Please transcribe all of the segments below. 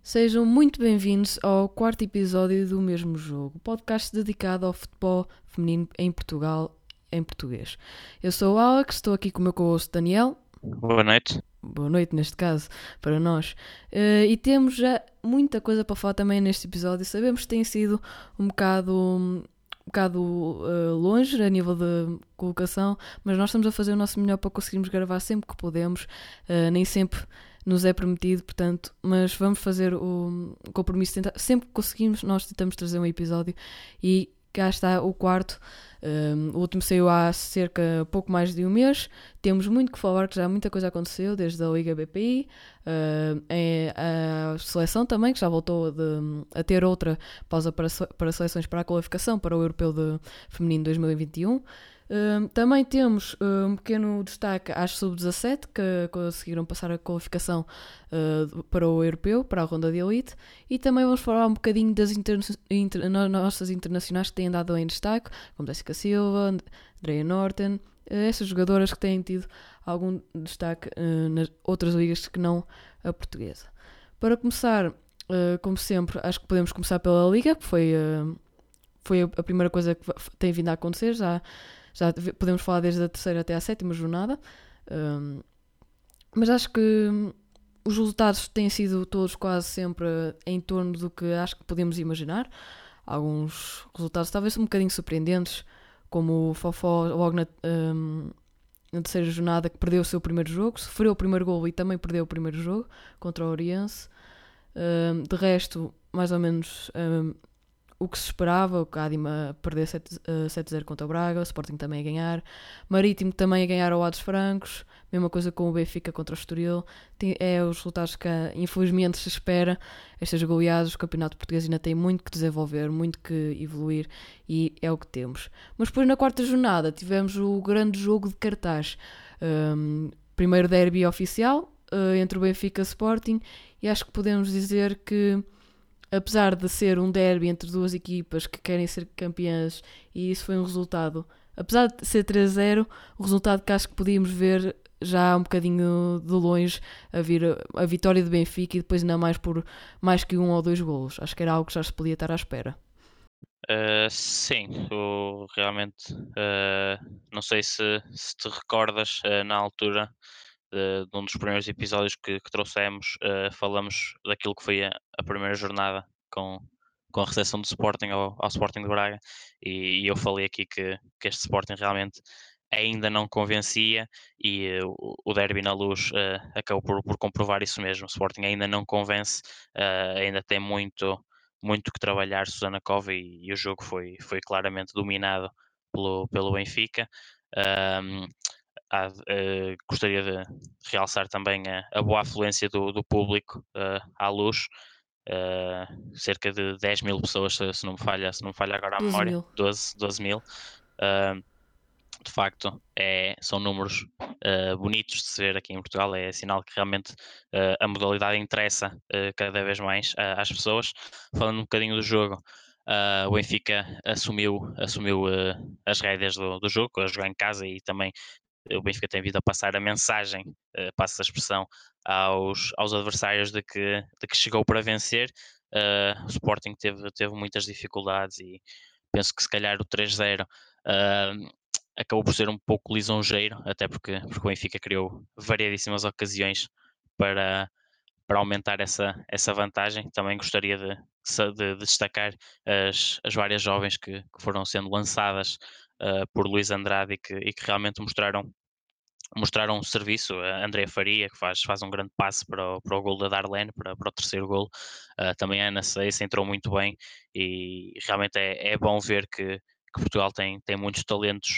Sejam muito bem-vindos ao quarto episódio do Mesmo Jogo, podcast dedicado ao futebol feminino em Portugal, em português. Eu sou o Alex, estou aqui com o meu co-host Daniel. Boa noite. Boa noite, neste caso, para nós. E temos já muita coisa para falar também neste episódio. Sabemos que tem sido um bocado longe a nível de colocação, mas nós estamos a fazer o nosso melhor para conseguirmos gravar sempre que podemos. Nem sempre nos é permitido, portanto, mas vamos fazer o compromisso. Sempre que conseguimos, nós tentamos trazer um episódio e cá está o quarto. O último saiu há pouco mais de um mês. Temos muito que falar, que já muita coisa aconteceu, desde a Liga BPI, a seleção também, que já voltou a ter outra pausa para seleções para a qualificação para o Europeu Feminino 2021. Também temos um pequeno destaque às sub-17 que conseguiram passar a qualificação para o Europeu, para a ronda de elite, e também vamos falar um bocadinho das nossas internacionais que têm dado em destaque, como Jessica Silva, Andrea Norton, essas jogadoras que têm tido algum destaque nas outras ligas que não a portuguesa. Para começar, como sempre, acho que podemos começar pela Liga, que foi a primeira coisa que tem vindo a acontecer. Já podemos falar desde a terceira até à sétima jornada. Mas acho que os resultados têm sido todos quase sempre em torno do que acho que podemos imaginar. Alguns resultados talvez um bocadinho surpreendentes, como o Fofó logo na terceira jornada, que perdeu o seu primeiro jogo, sofreu o primeiro golo e também perdeu o primeiro jogo contra o Oriense. De resto, mais ou menos o que se esperava, o Cadima perder 7-0 contra o Braga, o Sporting também a ganhar, Marítimo também a ganhar ao Ados Francos, mesma coisa com o Benfica contra o Estoril. É os resultados que infelizmente se espera. Estas goleadas, o Campeonato Português ainda tem muito que desenvolver, muito que evoluir, e é o que temos. Mas depois na quarta jornada tivemos o grande jogo de cartaz, primeiro derby oficial entre o Benfica e o Sporting, e acho que podemos dizer que, apesar de ser um derby entre duas equipas que querem ser campeãs, e isso foi um resultado, apesar de ser 3-0, o resultado que acho que podíamos ver já um bocadinho de longe a vir a vitória do Benfica, e depois ainda mais por mais que um ou dois golos. Acho que era algo que já se podia estar à espera. Sim, realmente não sei se te recordas, na altura de um dos primeiros episódios que trouxemos, falamos daquilo que foi a primeira jornada com a recepção do Sporting ao Sporting de Braga, e eu falei aqui que este Sporting realmente ainda não convencia, e o derby na Luz acabou por comprovar isso mesmo. O Sporting ainda não convence, ainda tem muito que trabalhar Susana Cova, e o jogo foi claramente dominado pelo Benfica. Um, Gostaria de realçar também a boa afluência do público à Luz. Cerca de 10 mil pessoas, se não me falha agora a 12 memória, mil. 12 mil. De facto, são números bonitos de se ver aqui em Portugal. É sinal que realmente a modalidade interessa cada vez mais às pessoas. Falando um bocadinho do jogo, o Benfica assumiu as rédeas do jogo, a jogar em casa, e também o Benfica tem vindo a passar a mensagem, passa a expressão, aos adversários de que chegou para vencer. O Sporting teve muitas dificuldades, e penso que se calhar o 3-0 acabou por ser um pouco lisonjeiro, até porque o Benfica criou variedíssimas ocasiões para, para aumentar essa vantagem. Também gostaria de destacar as várias jovens que foram sendo lançadas por Luís Andrade, e que realmente mostraram um serviço. A Andrea Faria, que faz um grande passe para o gol da Darlene, para o terceiro gol. Também a Ana Seis entrou muito bem, e realmente é bom ver que Portugal tem muitos talentos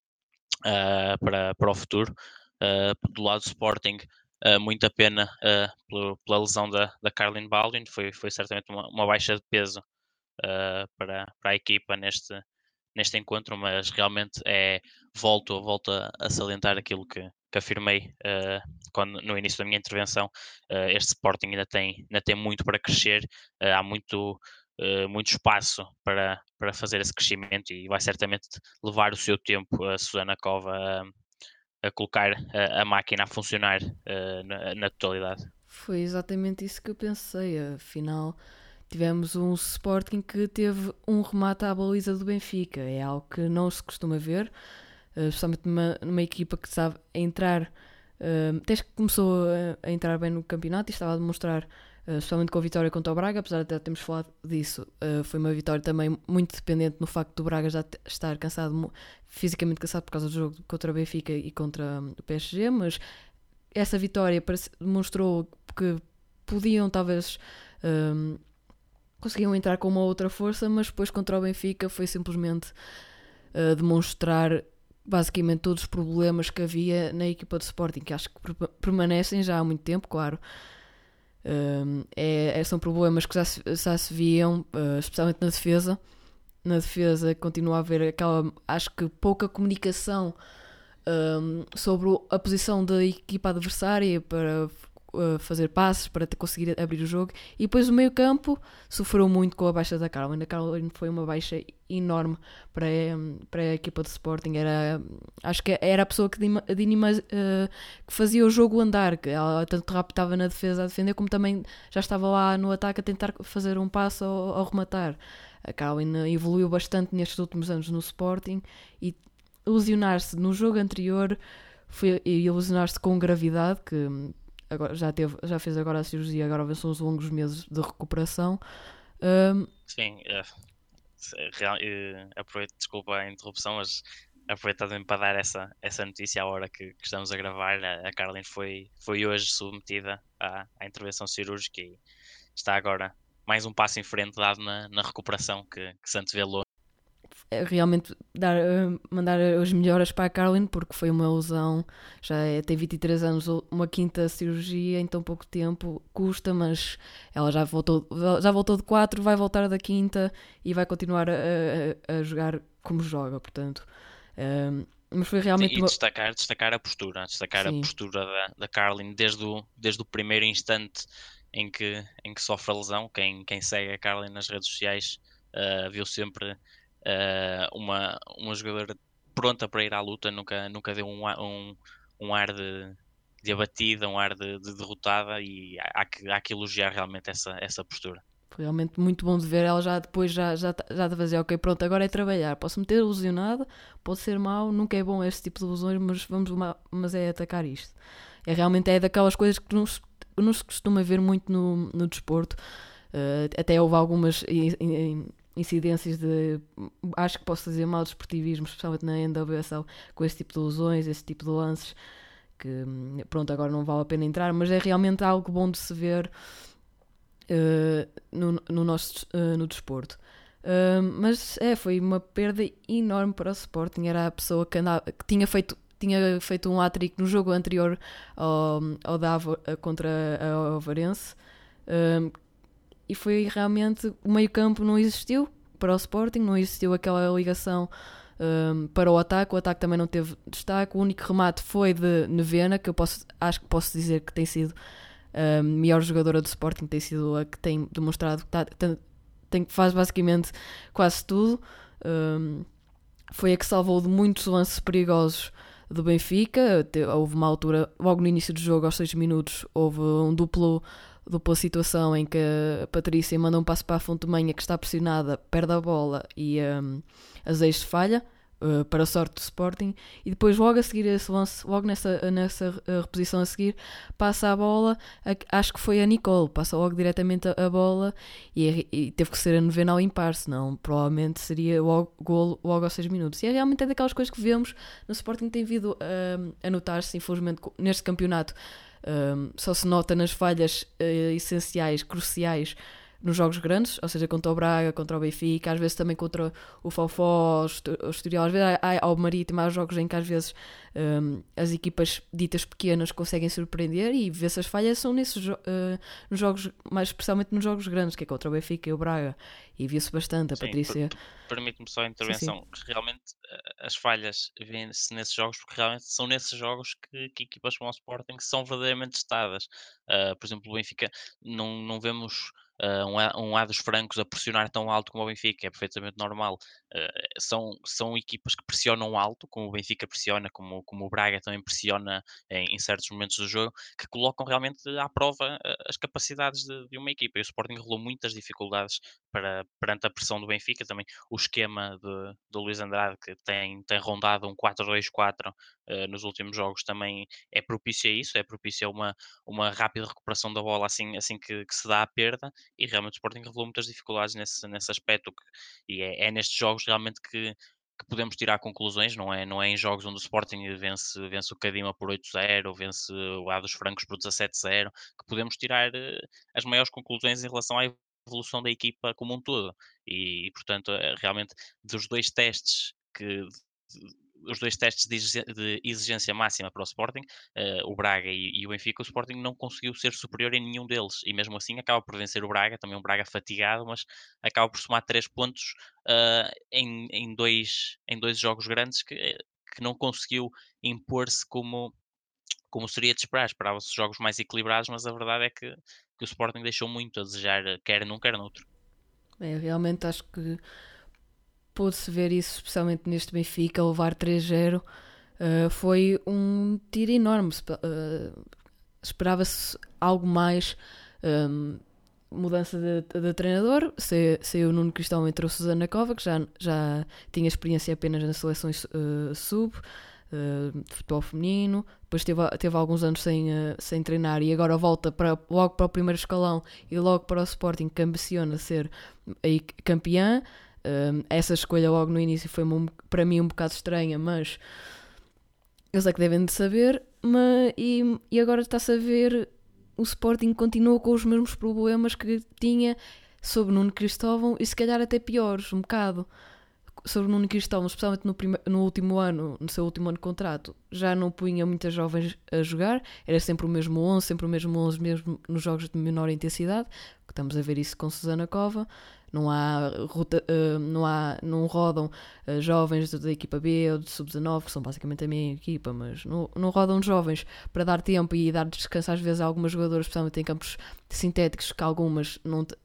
para o futuro. Do lado do Sporting, muita pena pela lesão da Caroline Baldwin. Foi certamente uma baixa de peso para a equipa neste encontro, mas realmente volto a salientar aquilo que afirmei no início da minha intervenção. Este Sporting ainda tem muito para crescer. Há muito espaço para fazer esse crescimento, e vai certamente levar o seu tempo a Susana Cova a colocar a máquina a funcionar na totalidade. Foi exatamente isso que eu pensei. Afinal, tivemos um Sporting que teve um remate à baliza do Benfica. É algo que não se costuma ver, especialmente numa equipa que sabe entrar, desde que começou a entrar bem no campeonato e estava a demonstrar, especialmente com a vitória contra o Braga, apesar de já termos falado disso, foi uma vitória também muito dependente no facto do Braga já estar cansado, fisicamente cansado por causa do jogo contra o Benfica e contra o PSG, mas essa vitória demonstrou que podiam talvez um, conseguiam entrar com uma outra força, mas depois contra o Benfica foi simplesmente demonstrar basicamente todos os problemas que havia na equipa de Sporting, que acho que permanecem já há muito tempo, claro. São problemas que já se viam, especialmente na defesa. Na defesa continua a haver aquela, acho que pouca comunicação sobre a posição da equipa adversária para fazer passes, para conseguir abrir o jogo. E depois o meio campo sofreu muito com a baixa da Caroline. A Caroline foi uma baixa enorme para a equipa de Sporting. Acho que era a pessoa que fazia o jogo andar, que ela tanto rápido estava na defesa a defender, como também já estava lá no ataque a tentar fazer um passo ao rematar. A Caroline evoluiu bastante nestes últimos anos no Sporting e lesionar-se no jogo anterior e lesionar-se com gravidade, que agora já fez agora a cirurgia, agora são os longos meses de recuperação. Sim, aproveito, desculpa a interrupção, mas aproveito também para dar essa notícia à hora que estamos a gravar. A Caroline foi hoje submetida à intervenção cirúrgica e está agora mais um passo em frente dado na recuperação que se antevê longe. Realmente mandar as melhoras para a Caroline, porque foi uma lesão, tem 23 anos, uma quinta cirurgia em tão pouco tempo, custa, mas ela já voltou de 4, vai voltar da quinta e vai continuar a jogar como joga, portanto. Mas foi realmente. Sim, e destacar a postura, Sim, da Caroline desde o primeiro instante em que sofre a lesão. Quem segue a Caroline nas redes sociais viu sempre uma jogadora pronta para ir à luta, nunca deu um ar de abatida, um ar de derrotada, e há que elogiar realmente essa postura. foi realmente muito bom de ver. Ela já depois já de fazer, ok, pronto, agora é trabalhar. Posso me ter ilusionado, pode ser mau, nunca é bom este tipo de ilusões, mas é atacar isto. Realmente é daquelas coisas que não se costuma ver muito no desporto. Até houve algumas incidências de, acho que posso dizer, mal desportivismo, especialmente na NWSL, com esse tipo de lesões, esse tipo de lances, que pronto, agora não vale a pena entrar, mas é realmente algo bom de se ver no desporto. Mas foi uma perda enorme para o Sporting. Era a pessoa que tinha feito um hat-trick no jogo anterior ao Davor contra a Ovarense. E foi realmente, o meio campo não existiu para o Sporting, não existiu aquela ligação para o ataque também não teve destaque. O único remate foi de Nevena, que acho que posso dizer que tem sido a melhor jogadora do Sporting, tem sido a que tem demonstrado que faz basicamente quase tudo. Foi a que salvou de muitos lances perigosos do Benfica. Houve uma altura, logo no início do jogo, aos 6 minutos, houve dupla situação em que a Patrícia manda um passo para a Fontemanha, que está pressionada, perde a bola e a Zeixe falha, para a sorte do Sporting, e depois logo a seguir esse lance, logo nessa reposição a seguir, passa a bola, acho que foi a Nicole, passa logo diretamente a bola e teve que ser a novena ao impar, senão provavelmente seria o golo logo aos 6 minutos. E realmente é daquelas coisas que vemos no Sporting, tem vindo a notar-se, infelizmente, neste campeonato. Só se nota nas falhas essenciais, cruciais nos jogos grandes, ou seja, contra o Braga, contra o Benfica, às vezes também contra o Fofó, o Estoril, às vezes ao Marítimo, há jogos em que às vezes as equipas ditas pequenas conseguem surpreender e vê-se as falhas são nos jogos, mais especialmente nos jogos grandes, que é contra o Benfica e o Braga, e viu-se bastante a Sim, Patrícia. permite-me só a Sim, sim. intervenção. Realmente as falhas vêm-se nesses jogos porque realmente são nesses jogos que equipas como o Sporting são verdadeiramente testadas. Por exemplo, o Benfica não vemos um A dos francos a pressionar tão alto como o Benfica, é perfeitamente normal. São equipas que pressionam alto, como o Benfica pressiona, como o Braga também pressiona em certos momentos do jogo, que colocam realmente à prova as capacidades de uma equipa. E o Sporting rolou muitas dificuldades perante a pressão do Benfica. Também o esquema do Luís Andrade, que tem rondado um 4-2-4 nos últimos jogos, também é propício a isso, é propício a uma rápida recuperação da bola assim que se dá a perda, e realmente o Sporting revelou muitas dificuldades nesse aspecto, e é nestes jogos realmente que podemos tirar conclusões, não é em jogos onde o Sporting vence o Cadima por 8-0, ou vence o A dos Francos por 17-0, que podemos tirar as maiores conclusões em relação à evolução da equipa como um todo. E portanto, realmente, dos dois testes os dois testes de exigência máxima para o Sporting, o Braga e o Benfica, o Sporting não conseguiu ser superior em nenhum deles, e mesmo assim acaba por vencer o Braga, também um Braga fatigado, mas acaba por somar 3 pontos em dois jogos grandes que não conseguiu impor-se como seria de esperar. Esperava-se jogos mais equilibrados, mas a verdade é que o Sporting deixou muito a desejar, quer num, quer noutro. Realmente acho que pôde-se ver isso, especialmente neste Benfica, levar 3-0. Foi um tiro enorme. Esperava-se algo mais. Mudança de treinador. Saiu o Nuno Cristóvão, entrou Susana Cova, que já tinha experiência apenas nas seleções sub, de futebol feminino. Depois teve alguns anos sem treinar, e agora volta logo para o primeiro escalão e logo para o Sporting, que ambiciona ser aí campeã. Essa escolha logo no início foi para mim um bocado estranha, mas eles é que devem de saber. E agora está-se a ver, o Sporting continua com os mesmos problemas que tinha sob Nuno Cristóvão, e se calhar até piores, um bocado. Sobre Nuno Cristóvão, especialmente no último ano, no seu último ano de contrato, já não punha muitas jovens a jogar, era sempre o mesmo 11, mesmo nos jogos de menor intensidade, que estamos a ver isso com Susana Cova. Não rodam jovens da equipa B ou de sub-19, que são basicamente a minha equipa, mas não rodam jovens para dar tempo e dar descanso às vezes a algumas jogadoras, especialmente em campos sintéticos, que algumas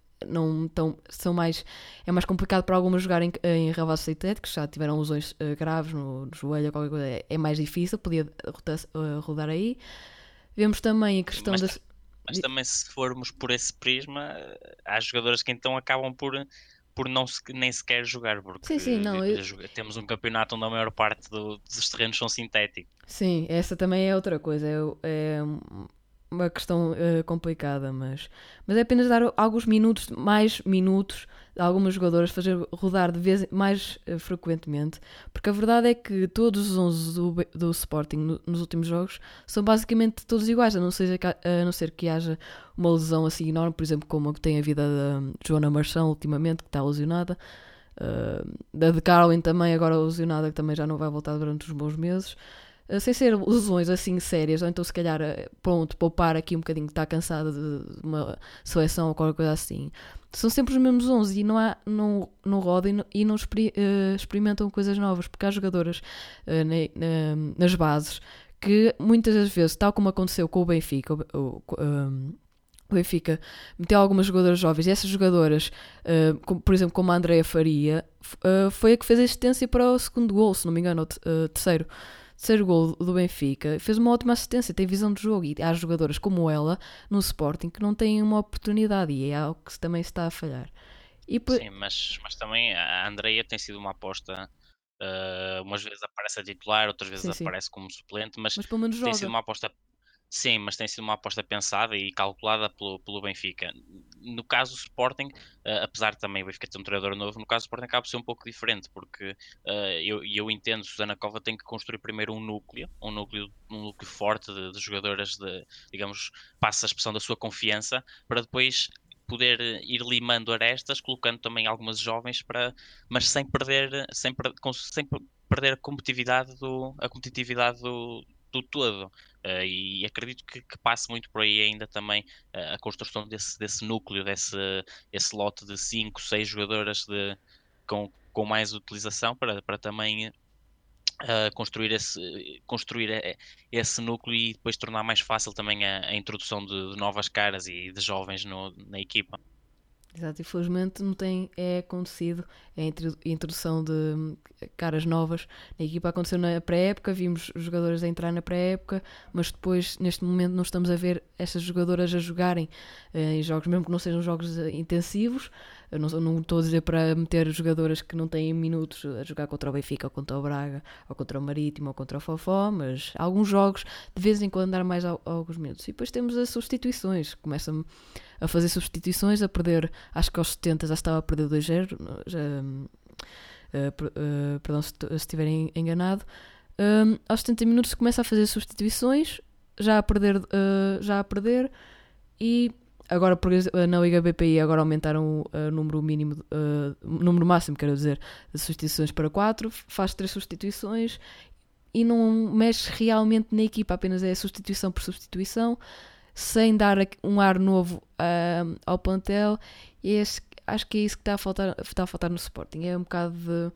são mais. É mais complicado para algumas jogarem em relevados sintéticos, já tiveram lesões graves no joelho ou qualquer coisa, é mais difícil, podia rodar aí. Vemos também a questão das. Mas também, se formos por esse prisma, há jogadoras que então acabam por nem sequer jogar, porque Sim, não, temos um campeonato onde a maior parte dos terrenos são sintéticos. Sim, essa também é outra coisa. É uma questão complicada, mas é apenas dar mais minutos a algumas jogadoras, fazer rodar de vez mais frequentemente, porque a verdade é que todos os 11 do Sporting nos últimos jogos são basicamente todos iguais, a não ser que haja uma lesão assim enorme, por exemplo, como a que tem a vida da Joana Marchão ultimamente, que está lesionada, da de Carolyn também agora lesionada, que também já não vai voltar durante os bons meses. Sem ser lesões assim sérias, ou então se calhar poupar aqui um bocadinho, que está cansada de uma seleção ou qualquer coisa assim. São sempre os mesmos 11 e não rodam e não experimentam coisas novas, porque há jogadoras nas bases que muitas das vezes, tal como aconteceu com o Benfica, o Benfica meteu algumas jogadoras jovens, e essas jogadoras, por exemplo, como a Andrea Faria, foi a que fez a assistência para o segundo gol, se não me engano, o terceiro gol do Benfica, fez uma ótima assistência, tem visão de jogo, e há jogadoras como ela no Sporting que não têm uma oportunidade, e é algo que também se está a falhar. Sim, mas também a Andrea tem sido uma aposta, umas vezes aparece a titular, outras vezes aparece como suplente, mas pelo menos tem joga. sido uma aposta. Sim, mas tem sido uma aposta pensada e calculada pelo Benfica. No caso do Sporting, apesar de também o Benfica ter um treinador novo, no caso do Sporting acaba por ser um pouco diferente, porque eu entendo que Susana Cova tem que construir primeiro um núcleo forte de jogadoras, digamos, passa a expressão da sua confiança, para depois poder ir limando arestas, colocando também algumas jovens, mas sem perder a competitividade do todo. E acredito que passe muito por aí ainda também a construção desse núcleo, esse lote de 5, 6 jogadoras com mais utilização, para também construir esse núcleo, e depois tornar mais fácil também a introdução de novas caras e de jovens na equipa. Exato, infelizmente não tem acontecido a introdução de caras novas na equipa. Aconteceu na pré-época, vimos jogadores a entrar na pré-época, mas depois, neste momento, não estamos a ver essas jogadoras a jogarem em jogos, mesmo que não sejam jogos intensivos. Eu não estou a dizer para meter jogadoras que não têm minutos a jogar contra o Benfica, ou contra o Braga, ou contra o Marítimo, ou contra o Fofó, mas alguns jogos de vez em quando dar mais alguns minutos. E depois temos as substituições, começa-me a fazer substituições, a perder, acho que aos 70 já estava a perder 2-0, perdão se estiverem enganado. Aos 70 minutos começa a fazer substituições, já a perder e agora na Liga BPI agora aumentaram o número mínimo, número máximo, quero dizer, de substituições para 4, faz 3 substituições e não mexe realmente na equipa, apenas é substituição por substituição, sem dar um ar novo ao plantel. E acho que é isso que está a faltar no Sporting. É um bocado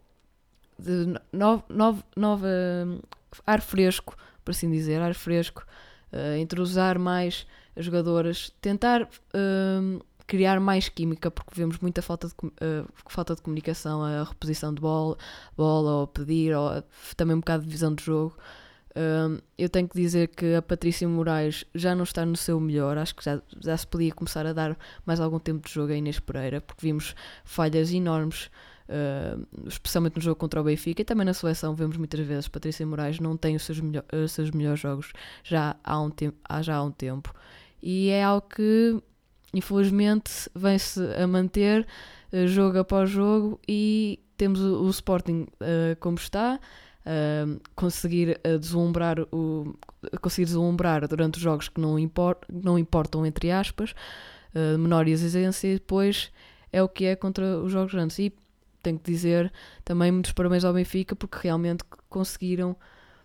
de nova ar fresco, por assim dizer, ar fresco, entrosar mais as jogadoras, tentar criar mais química, porque vemos muita falta de comunicação, a reposição de bola ou pedir, ou também um bocado de visão de jogo. Eu tenho que dizer que a Patrícia Moraes já não está no seu melhor. Acho que já se podia começar a dar mais algum tempo de jogo a Inês Pereira, porque vimos falhas enormes, especialmente no jogo contra o Benfica, e também na seleção vemos muitas vezes Patrícia Moraes não tem os seus melhores jogos já há um tempo, e é algo que infelizmente vem-se a manter jogo após jogo, e temos o Sporting como está, conseguir deslumbrar durante os jogos que não importam, entre aspas, menor exigência, e depois é o que é contra os jogos grandes. E tenho que dizer também muitos parabéns ao Benfica, porque realmente conseguiram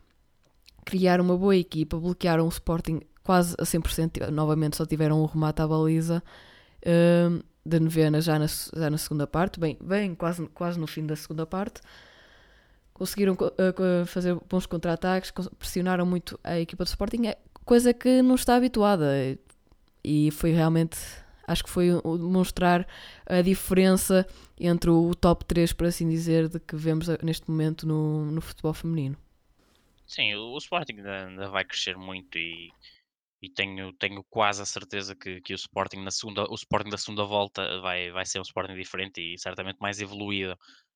criar uma boa equipa, bloquearam o Sporting quase a 100%, novamente só tiveram um remate à baliza de Nevena já na segunda parte, bem quase no fim da segunda parte. Conseguiram fazer bons contra-ataques, pressionaram muito a equipa do Sporting, coisa que não está habituada, e foi realmente, acho que foi demonstrar a diferença entre o top 3, por assim dizer, de que vemos neste momento no futebol feminino. Sim, o Sporting ainda vai crescer muito e tenho quase a certeza que o Sporting da segunda volta vai ser um Sporting diferente e certamente mais evoluído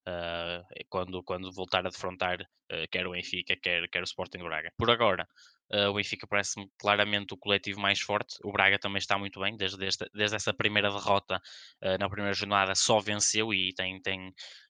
quando voltar a defrontar quer o Benfica, quer o Sporting Braga. Por agora, o Benfica parece-me claramente o coletivo mais forte. O Braga também está muito bem, desde essa primeira derrota na primeira jornada só venceu e tem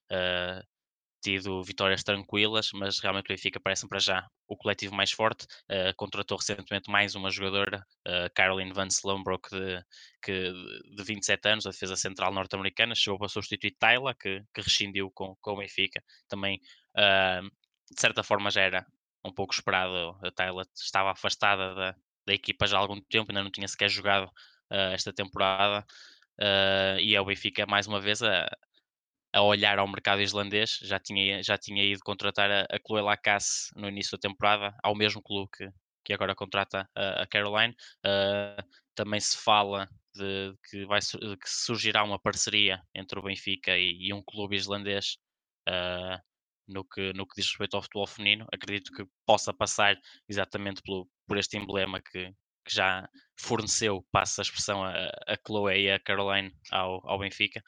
tido vitórias tranquilas, mas realmente o Benfica parece-me para já o coletivo mais forte. Contratou recentemente mais uma jogadora, Caroline Van Slombrook, de 27 anos, a defesa central norte-americana, chegou para substituir Tayla, que rescindiu com o Benfica. Também, de certa forma, já era um pouco esperado. A Tayla estava afastada da equipa já há algum tempo, ainda não tinha sequer jogado esta temporada. E é o Benfica, mais uma vez, a olhar ao mercado islandês, já tinha ido contratar a Chloe Lacasse no início da temporada, ao mesmo clube que agora contrata a Caroline. Também se fala de que surgirá uma parceria entre o Benfica e um clube islandês no que diz respeito ao futebol feminino. Acredito que possa passar exatamente por este emblema que já forneceu, passa a expressão, a Chloe e a Caroline ao Benfica.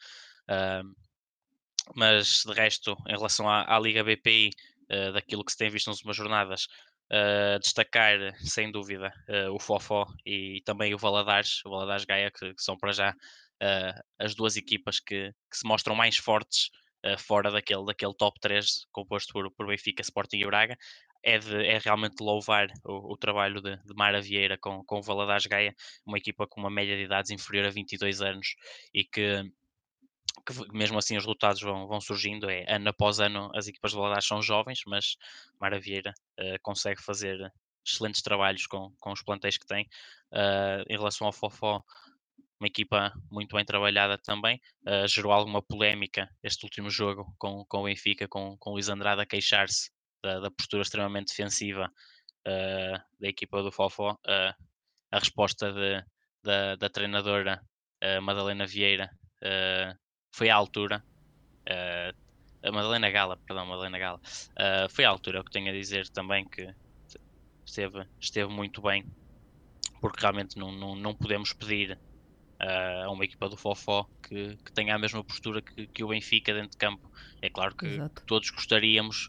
Mas de resto, em relação à Liga BPI, daquilo que se tem visto nas últimas jornadas, destacar sem dúvida o Fofó e também o Valadares Gaia, que são para já as duas equipas que se mostram mais fortes fora daquele top 3 composto por Benfica, Sporting e Braga. É realmente louvar o trabalho de Mara Vieira com o Valadares Gaia, uma equipa com uma média de idades inferior a 22 anos e que mesmo assim os resultados vão surgindo. Ano após ano as equipas de Valadares são jovens, mas Mara Vieira consegue fazer excelentes trabalhos com os plantéis que tem. Em relação ao Fofó, uma equipa muito bem trabalhada também. Gerou alguma polémica este último jogo com o Benfica, com o Luís Andrade a queixar-se da postura extremamente defensiva da equipa do Fofó. A resposta da treinadora Madalena Vieira foi à altura. A Madalena Gala, perdão, Madalena Gala. Foi à altura, o que tenho a dizer também que esteve muito bem, porque realmente não podemos pedir a uma equipa do Fofó que tenha a mesma postura que o Benfica dentro de campo. É claro que Exato. todos gostaríamos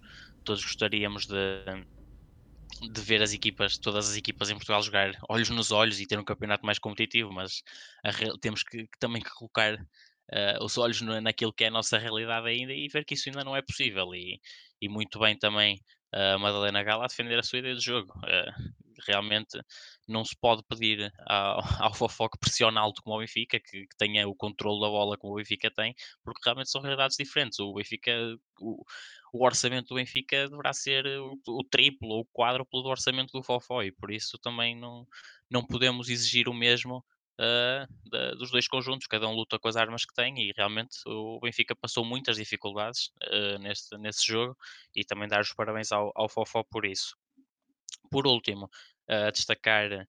de ver todas as equipas em Portugal jogar olhos nos olhos e ter um campeonato mais competitivo, mas temos que também que colocar os olhos naquilo que é a nossa realidade ainda e ver que isso ainda não é possível. E muito bem também a Madalena Gala a defender a sua ideia de jogo. Realmente não se pode pedir ao Fofó que pressione alto como o Benfica, que tenha o controle da bola como o Benfica tem, porque realmente são realidades diferentes. O Benfica, o orçamento do Benfica deverá ser o triplo ou o quádruplo do orçamento do Fofó e por isso também não podemos exigir o mesmo dos dois conjuntos, cada um luta com as armas que tem e realmente o Benfica passou muitas dificuldades nesse jogo e também dar os parabéns ao Fofó por isso. Por último, destacar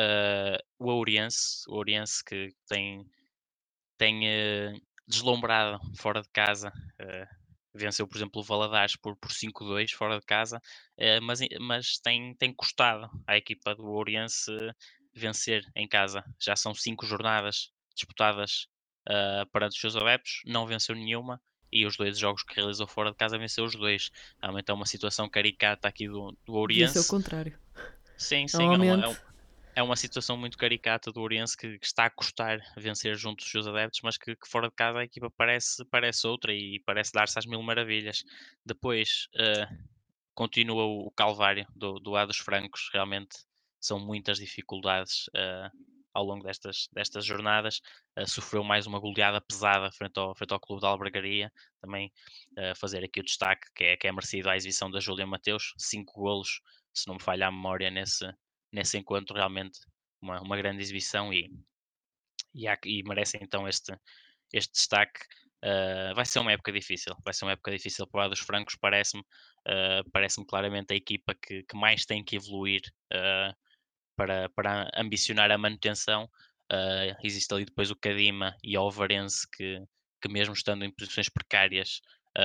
o Ourense que tem deslumbrado fora de casa. Venceu, por exemplo, o Valadares por 5-2 fora de casa, mas tem custado à equipa do Ourense vencer em casa. Já são 5 jornadas disputadas perante os seus adeptos, não venceu nenhuma e os 2 jogos que realizou fora de casa venceu os 2. Realmente é uma situação caricata aqui do Devia ser o Ourense. contrário. Sim, sim, Normalmente, é uma situação muito caricata do Ourense que está a custar vencer junto dos seus adeptos, mas que fora de casa a equipa parece outra e parece dar-se às mil maravilhas. Depois continua o calvário do lado dos francos, realmente são muitas dificuldades ao longo destas jornadas. Sofreu mais uma goleada pesada frente ao Clube da Albergaria. Também fazer aqui o destaque que é merecido à exibição da Júlia Mateus, 5 golos, se não me falha a memória nesse encontro, realmente uma grande exibição e merece então este destaque. Vai ser uma época difícil, para o lado dos francos, parece-me claramente a equipa que mais tem que evoluir para ambicionar a manutenção. Existe ali depois o Cadima e o Ovarense que mesmo estando em posições precárias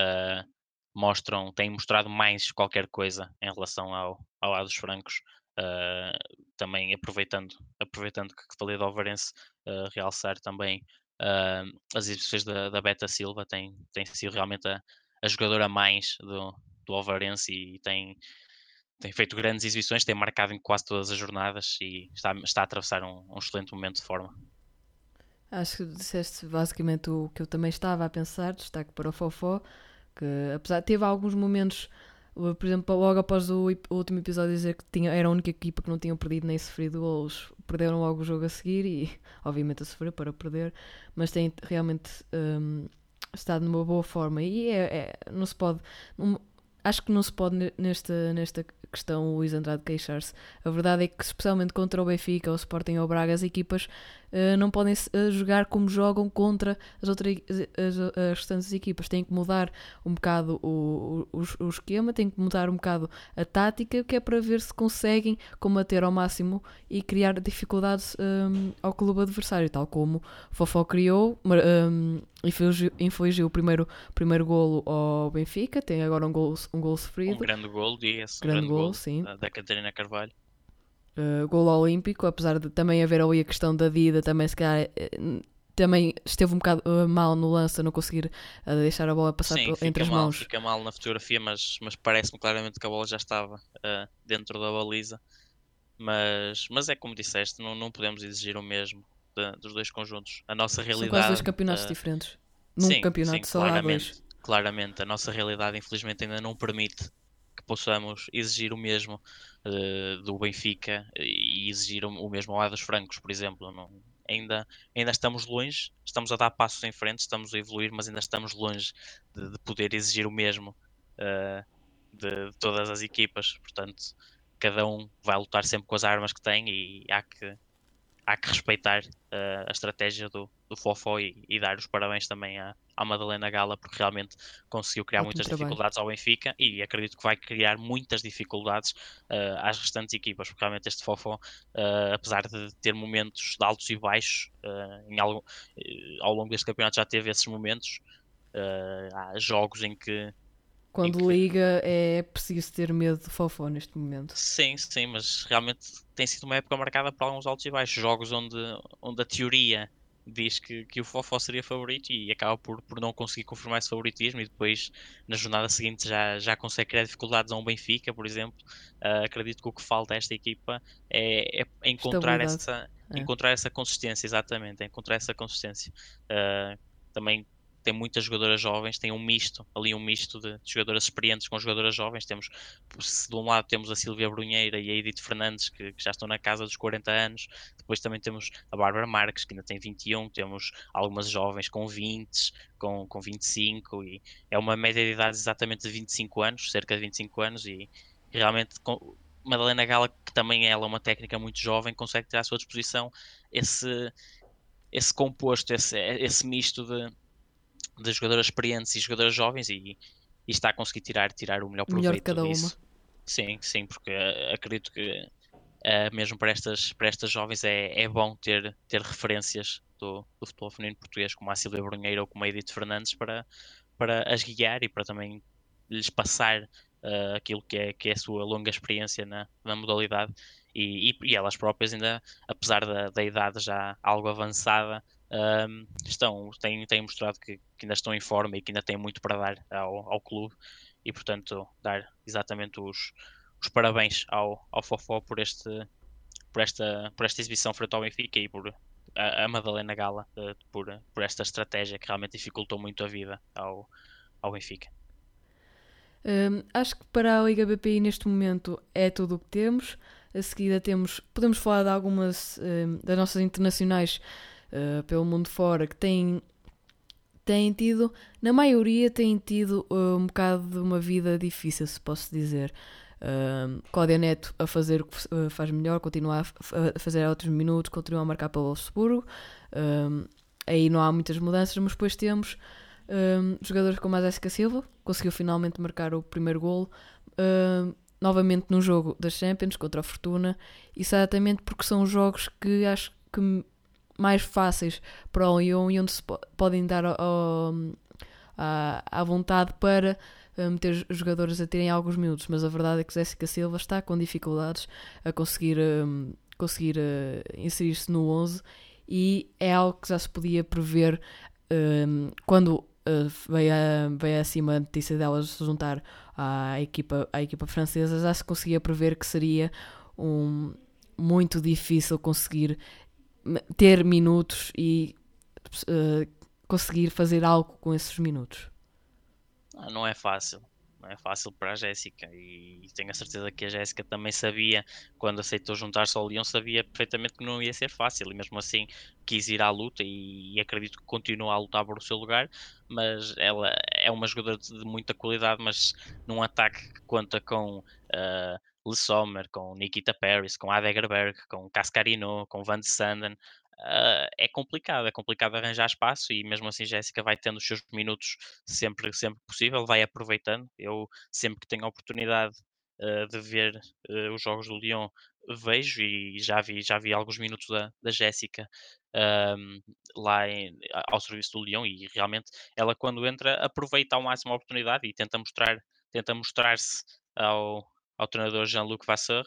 têm mostrado mais qualquer coisa em relação ao lado dos francos. Também aproveitando que falei do Ovarense, realçar também as exibições da Beta Silva tem sido realmente a jogadora mais do Ovarense e tem feito grandes exibições, tem marcado em quase todas as jornadas e está a atravessar um excelente momento de forma. acho que disseste basicamente o que eu também estava a pensar, destaque para o Fofó, que apesar teve alguns momentos, por exemplo, logo após o último episódio dizer que era a única equipa que não tinham perdido nem sofrido golos, perderam logo o jogo a seguir e obviamente a sofrer para perder, mas tem realmente estado numa boa forma e não se pode, acho que não se pode nesta questão o Luís Andrade queixar-se. A verdade é que, especialmente contra o Benfica, o Sporting ou o Braga, as equipas não podem jogar como jogam contra as restantes equipas. Têm que mudar um bocado o esquema, têm que mudar um bocado a tática, que é para ver se conseguem combater ao máximo e criar dificuldades ao clube adversário, tal como o Fofó criou infligiu o primeiro golo ao Benfica, tem agora um golo sofrido. Um grande golo, diga-se. Grande golo, sim. Da Catarina Carvalho. Golo olímpico, apesar de também haver ali a questão da Dida, também se calhar também esteve um bocado mal no lance a não conseguir deixar a bola passar entre as mãos. Fica mal na fotografia, mas parece-me claramente que a bola já estava dentro da baliza. Mas é como disseste, não podemos exigir o mesmo dos dois conjuntos. A nossa realidade... São quase dois campeonatos diferentes. Num campeonato só há dois. Claramente, a nossa realidade infelizmente ainda não permite que possamos exigir o mesmo do Benfica e exigir o mesmo ao lado dos francos, por exemplo. Ainda estamos longe, estamos a dar passos em frente, estamos a evoluir, mas ainda estamos longe de poder exigir o mesmo de todas as equipas. Portanto, cada um vai lutar sempre com as armas que tem e há que respeitar a estratégia do Fofó e dar os parabéns também à Madalena Gala, porque realmente conseguiu criar Ótimo muitas trabalho. dificuldades ao Benfica e acredito que vai criar muitas dificuldades às restantes equipas, porque realmente este Fofó, apesar de ter momentos de altos e baixos, ao longo deste campeonato já teve esses momentos. Há jogos em Quando que liga é preciso ter medo de Fofó neste momento. sim, mas realmente tem sido uma época marcada por alguns altos e baixos. Jogos onde a teoria diz que o Fofó seria favorito e acaba por não conseguir confirmar esse favoritismo e depois na jornada seguinte já consegue criar dificuldades a um Benfica, por exemplo. Acredito que o que falta a esta equipa é Estabilidade. É. encontrar essa consistência, exatamente, é encontrar essa consistência. Uh, Também tem muitas jogadoras jovens, tem um misto de jogadoras experientes com jogadoras jovens. Temos, se de um lado temos a Silvia Brunheira e a Edith Fernandes, que já estão na casa dos 40 anos, depois também temos a Bárbara Marques, que ainda tem 21, temos algumas jovens com 20, com 25, e é uma média de idade exatamente de 25 anos, cerca de 25 anos, e realmente Madalena Gala, que também ela é uma técnica muito jovem, consegue ter à sua disposição esse, esse composto, esse misto de jogadoras experientes e jogadoras jovens e está a conseguir tirar o melhor O melhor de proveito cada uma. disso. Sim, porque acredito que mesmo para estas jovens é bom ter referências do futebol feminino português, como a Silvia Brunheiro ou como a Edith Fernandes, para as guiar e para também lhes passar aquilo que é a sua longa experiência na modalidade. E elas próprias, ainda, apesar da idade já algo avançada, têm mostrado que ainda estão em forma e que ainda têm muito para dar ao clube e, portanto, dar exatamente os parabéns ao Fofó por esta exibição frente ao Benfica e por a Madalena Gala por esta estratégia que realmente dificultou muito a vida ao Benfica. Acho que para a Liga BPI neste momento é tudo o que temos. A seguida podemos falar de algumas das nossas internacionais pelo mundo fora que têm tido, na maioria têm tido um bocado de uma vida difícil, se posso dizer. Cláudia Neto a fazer o que faz melhor, continua a fazer outros minutos, continua a marcar para o Wolfsburgo. Aí não há muitas mudanças, mas depois temos jogadores como a Jéssica Silva, conseguiu finalmente marcar o primeiro golo, novamente num jogo das Champions contra a Fortuna, exatamente porque são jogos que acho que mais fáceis para o Lyon e onde se podem dar à vontade para meter os jogadores a terem alguns minutos, mas a verdade é que Jéssica Silva está com dificuldades a conseguir inserir-se no 11 e é algo que já se podia prever quando veio acima a notícia delas se juntar à equipa francesa, já se conseguia prever que seria muito difícil conseguir ter minutos e conseguir fazer algo com esses minutos. Não é fácil. Não é fácil para a Jéssica e tenho a certeza que a Jéssica também sabia, quando aceitou juntar-se ao Lyon, sabia perfeitamente que não ia ser fácil e mesmo assim quis ir à luta e acredito que continua a lutar por o seu lugar, mas ela é uma jogadora de muita qualidade, mas num ataque que conta com Le Sommer, com Nikita Paris, com Adegerberg, com Cascarino, com Van de Sanden, é complicado arranjar espaço e mesmo assim Jéssica vai tendo os seus minutos sempre possível, vai aproveitando. Eu sempre que tenho a oportunidade de ver os jogos do Lyon, vejo e já vi alguns minutos da Jéssica lá ao serviço do Lyon e realmente ela quando entra aproveita ao máximo a oportunidade e tenta mostrar-se ao treinador Jean-Luc Vasseur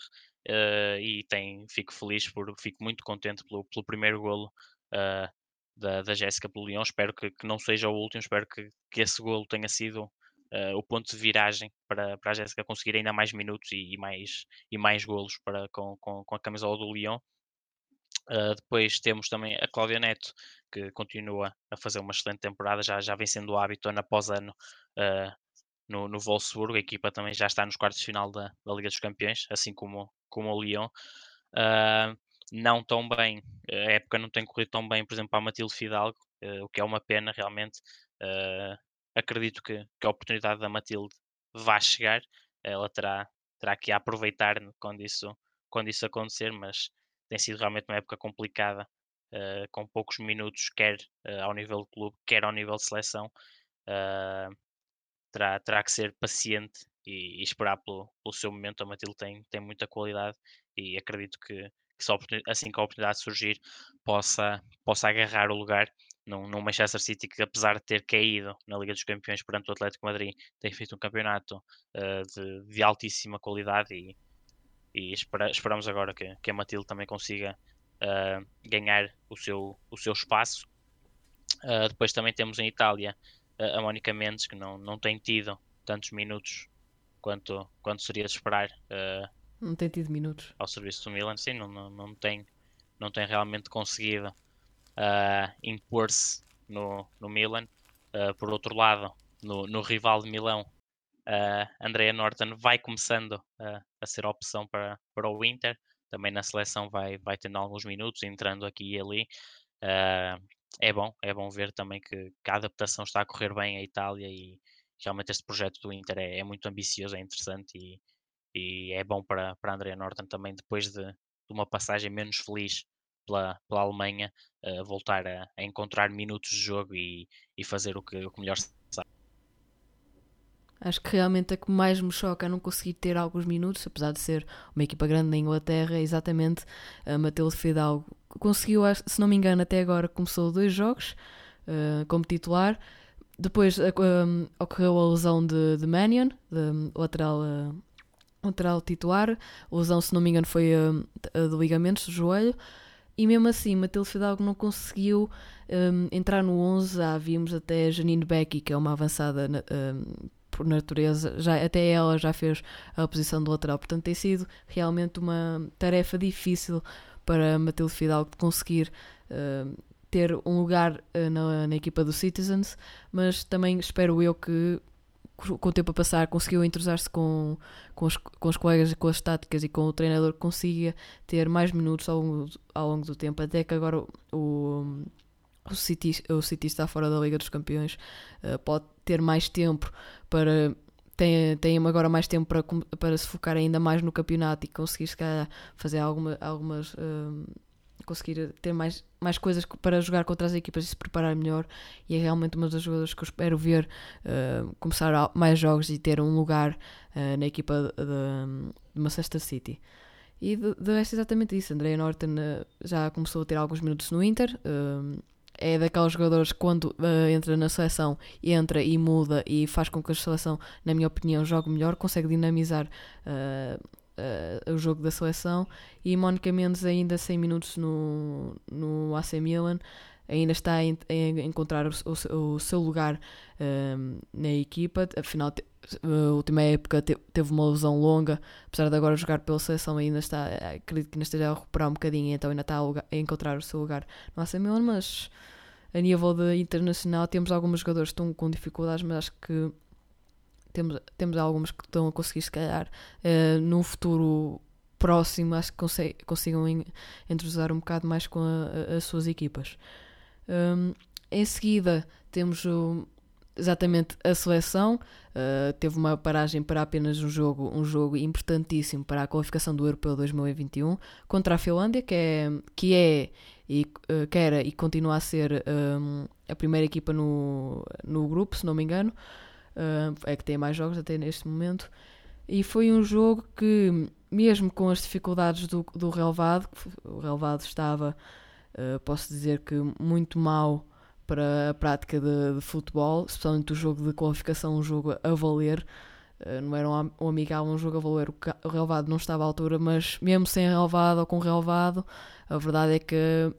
fico muito contente pelo primeiro golo uh, da Jéssica pelo Lyon. Espero que não seja o último, espero que esse golo tenha sido o ponto de viragem para a Jéssica conseguir ainda mais minutos e mais golos com a camisola do Lyon. Depois temos também a Cláudia Neto, que continua a fazer uma excelente temporada, já vem sendo o hábito ano após ano no Wolfsburgo. A equipa também já está nos quartos de final da Liga dos Campeões, assim como o Lyon. Não tão bem, a época não tem corrido tão bem, por exemplo, para a Matilde Fidalgo, o que é uma pena realmente. Acredito que a oportunidade da Matilde vai chegar, ela terá que aproveitar quando isso acontecer, mas tem sido realmente uma época complicada com poucos minutos, quer ao nível de clube, quer ao nível de seleção, terá que ser paciente e esperar pelo seu momento. A Matilde tem muita qualidade e acredito que só assim que a oportunidade surgir possa agarrar o lugar num Manchester City que, apesar de ter caído na Liga dos Campeões perante o Atlético de Madrid, tem feito um campeonato de altíssima qualidade e esperamos agora que a Matilde também consiga ganhar o seu espaço. Depois também temos em Itália a Mónica Mendes, que não tem tido tantos minutos quanto seria de esperar Não tem tido minutos. ao serviço do Milan. Sim, não tem realmente conseguido impor-se no Milan. Por outro lado, no rival de Milão, Andrea Norton vai começando a ser opção para o Inter. Também na seleção vai tendo alguns minutos, entrando aqui e ali. É bom ver também que a adaptação está a correr bem à Itália e realmente este projeto do Inter é muito ambicioso, é interessante e é bom para Andrea Norton também, depois de uma passagem menos feliz pela Alemanha, voltar a encontrar minutos de jogo e fazer o que melhor sabe. Acho que realmente a que mais me choca é não conseguir ter alguns minutos, apesar de ser uma equipa grande na Inglaterra, é exatamente a Matilde Fidalgo. Conseguiu, se não me engano, até agora começou 2 jogos como titular. Depois ocorreu a lesão de Mannion, de lateral titular. A lesão, se não me engano, foi a de ligamentos do joelho. E mesmo assim, Matilde Fidalgo não conseguiu entrar no 11. Vimos até Janine Becky, que é uma avançada por natureza, até ela já fez a posição do lateral. Portanto, tem sido realmente uma tarefa difícil para Matilde Fidalgo de conseguir ter um lugar na equipa do Citizens, mas também espero eu que com o tempo a passar conseguiu entrosar-se com os colegas, com as táticas e com o treinador, que consiga ter mais minutos ao longo do tempo, até que agora o City está fora da Liga dos Campeões, pode ter mais tempo para tem agora mais tempo para se focar ainda mais no campeonato e conseguir se calhar fazer algumas conseguir ter mais coisas para jogar contra as equipas e se preparar melhor, e é realmente uma das jogadoras que eu espero ver começar mais jogos e ter um lugar na equipa de Manchester City. E de resto é exatamente isso. Andrea Norton já começou a ter alguns minutos no Inter, é daquelos jogadores que quando entra na seleção, entra e muda e faz com que a seleção, na minha opinião, jogue melhor, consegue dinamizar o jogo da seleção. E Mónica Mendes, ainda 100 minutos no AC Milan, ainda está a encontrar o seu lugar na equipa. Afinal, a última época teve uma lesão longa, apesar de agora jogar pela seleção, acredito que ainda esteja a recuperar um bocadinho, então ainda está a encontrar o seu lugar no AC Milan. Mas a nível de internacional temos alguns jogadores que estão com dificuldades, mas acho que temos alguns que estão a conseguir, se calhar, num futuro próximo, acho que consigam entrosar um bocado mais com as suas equipas. Em seguida temos exatamente a seleção. Teve uma paragem para apenas um jogo importantíssimo para a qualificação do Europeu 2021 contra a Finlândia, que era e continua a ser a primeira equipa no grupo, se não me engano. É que tem mais jogos até neste momento. E foi um jogo que, mesmo com as dificuldades do relevado, o relevado estava, posso dizer que muito mal para a prática de futebol, especialmente o jogo de qualificação, um jogo a valer. Não era um amigável, um jogo a valer. O relevado não estava à altura, mas mesmo sem relevado ou com relevado, a verdade é que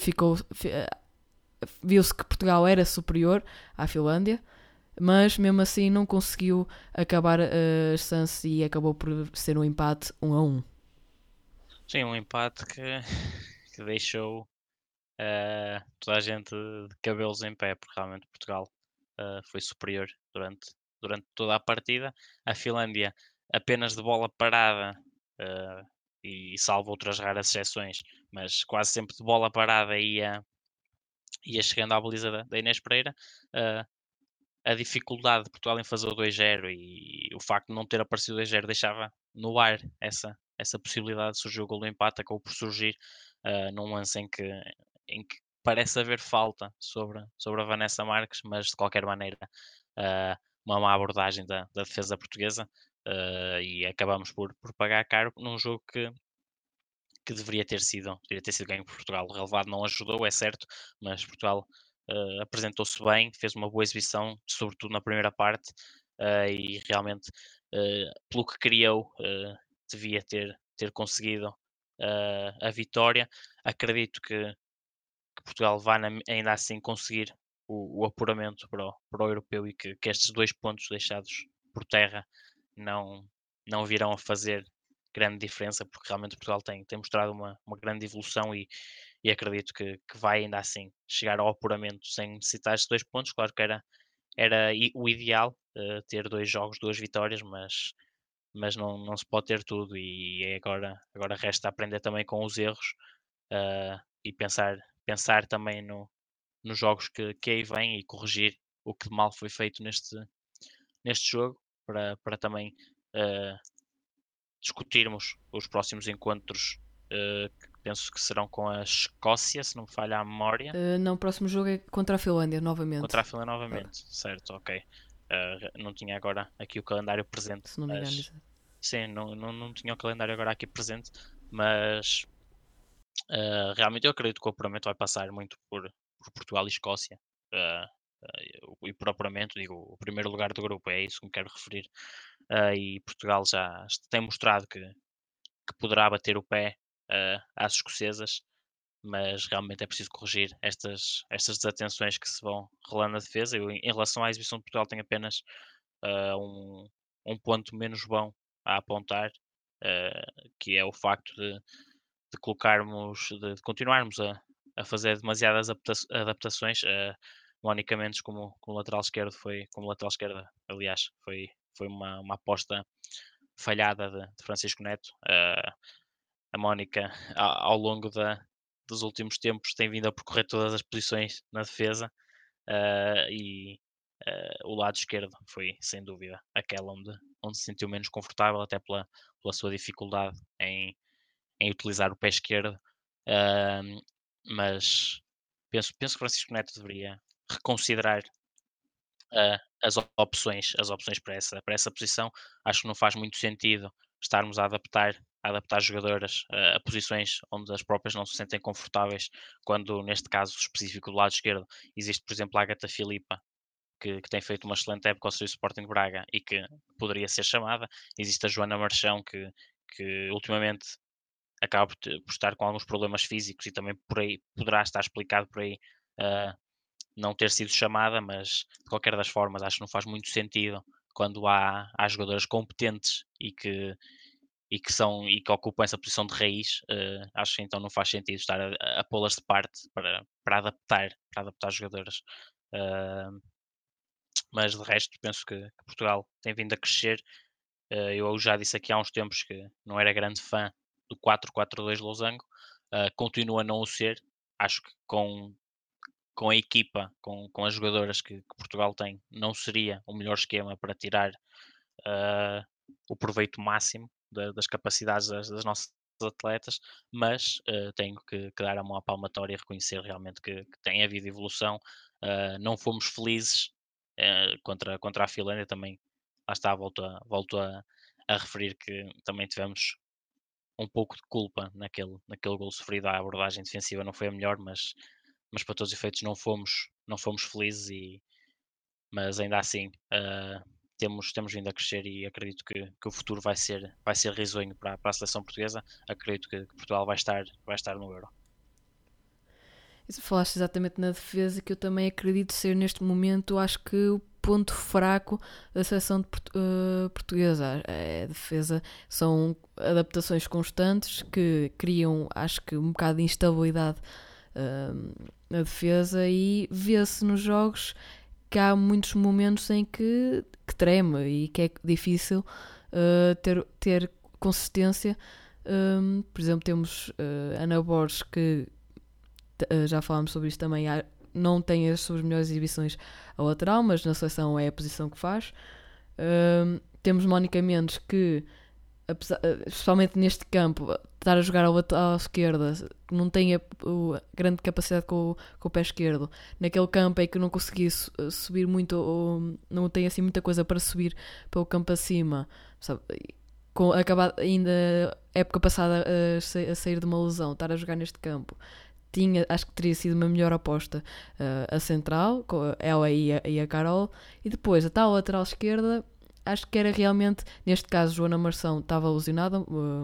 viu-se que Portugal era superior à Finlândia, mas mesmo assim não conseguiu acabar a chance e acabou por ser um empate 1-1. Sim, um empate que deixou toda a gente de cabelos em pé, porque realmente Portugal foi superior durante toda a partida. A Finlândia apenas de bola parada, e salvo outras raras exceções, mas quase sempre de bola parada ia chegando à baliza da Inês Pereira. A dificuldade de Portugal em fazer o 2-0 e o facto de não ter aparecido o 2-0 deixava no ar essa possibilidade de surgir o gol do empate. Acabou por surgir num lance em que em que parece haver falta sobre a Vanessa Marques, mas de qualquer maneira uma má abordagem da defesa portuguesa, e acabamos por pagar caro num jogo que deveria ter sido ganho por Portugal. O relevado não ajudou, é certo, mas Portugal apresentou-se bem, fez uma boa exibição, sobretudo na primeira parte, e realmente, pelo que criou, devia ter conseguido a vitória. Acredito que Portugal vai ainda assim conseguir o apuramento para o europeu, e que estes 2 pontos deixados por terra não virão a fazer grande diferença, porque realmente Portugal tem mostrado uma grande evolução, e acredito que vai ainda assim chegar ao apuramento sem necessitar estes 2 pontos. Claro que era o ideal, ter 2 jogos, 2 vitórias, mas não se pode ter tudo, e agora resta aprender também com os erros, e pensar também nos jogos que aí vêm, e corrigir o que mal foi feito neste jogo, para também discutirmos os próximos encontros, que penso que serão com a Escócia, se não me falha a memória. Não, o próximo jogo é contra a Finlândia, novamente. Contra a Finlândia novamente, certo, ok. Não tinha agora aqui o calendário presente. Se não me engano. Sim, não tinha o calendário agora aqui presente, mas realmente eu acredito que o apuramento vai passar muito por Portugal e Escócia. E por apuramento, digo, o primeiro lugar do grupo, é isso que me quero referir. E Portugal já tem mostrado que poderá bater o pé às escocesas, mas realmente é preciso corrigir estas desatenções que se vão rolando na defesa. Eu, em relação à exibição de Portugal, tenho apenas um ponto menos bom a apontar, que é o facto de continuarmos a fazer demasiadas adaptações. Mónica Mendes como lateral esquerdo como lateral esquerda, aliás, foi uma aposta falhada de Francisco Neto. A Mónica, ao longo dos últimos tempos, tem vindo a percorrer todas as posições na defesa, e o lado esquerdo foi, sem dúvida, aquela onde se sentiu menos confortável, até pela sua dificuldade em utilizar o pé esquerdo. Mas penso que Francisco Neto deveria reconsiderar as opções para essa posição. Acho que não faz muito sentido estarmos a adaptar jogadoras a posições onde as próprias não se sentem confortáveis, quando neste caso específico do lado esquerdo existe, por exemplo, a Agatha Filipa, que tem feito uma excelente época ao seu Sporting de Braga e que poderia ser chamada. Existe a Joana Marchão, que ultimamente acaba por estar com alguns problemas físicos, e também por aí poderá estar explicado por aí não ter sido chamada, mas de qualquer das formas acho que não faz muito sentido, quando há jogadoras competentes e que ocupam essa posição de raiz. Acho que então não faz sentido estar a pô-las de parte para adaptar jogadoras. Mas de resto penso que Portugal tem vindo a crescer. Eu já disse aqui há uns tempos que não era grande fã do 4-4-2 Losango, continua a não o ser. Acho que com a equipa, com as jogadoras que Portugal tem, não seria o melhor esquema para tirar o proveito máximo das capacidades das nossas atletas, mas tenho que dar a mão à palmatória e reconhecer realmente que tem havido evolução. Não fomos felizes contra a Finlândia, também lá está, volto a referir que também tivemos um pouco de culpa naquele gol sofrido. A abordagem defensiva não foi a melhor, mas para todos os efeitos não fomos felizes, mas ainda assim temos vindo a crescer, e acredito que o futuro vai ser risonho para a seleção portuguesa. Acredito que Portugal vai estar no Euro. Falaste exatamente na defesa, que eu também acredito ser neste momento, acho que o ponto fraco da seleção portuguesa. A defesa são adaptações constantes que criam, acho que, um bocado de instabilidade na defesa, e vê-se nos jogos que há muitos momentos em que treme e que é difícil ter consistência. Por exemplo, temos Ana Borges, que já falámos sobre isso também, não tem as suas melhores exibições a lateral, mas na seleção é a posição que faz. Temos Mónica Mendes, que especialmente neste campo, estar a jogar ao lateral esquerda, não tem a grande capacidade com o pé esquerdo. Naquele campo é que não consegui subir muito, ou não tem assim muita coisa para subir para o campo acima, sabe? Acabado ainda época passada a sair de uma lesão, estar a jogar neste campo. Acho que teria sido uma melhor aposta a central, com ela e a Carol, e depois a tal lateral esquerda. Acho que era realmente, neste caso, Joana Marção estava lesionada,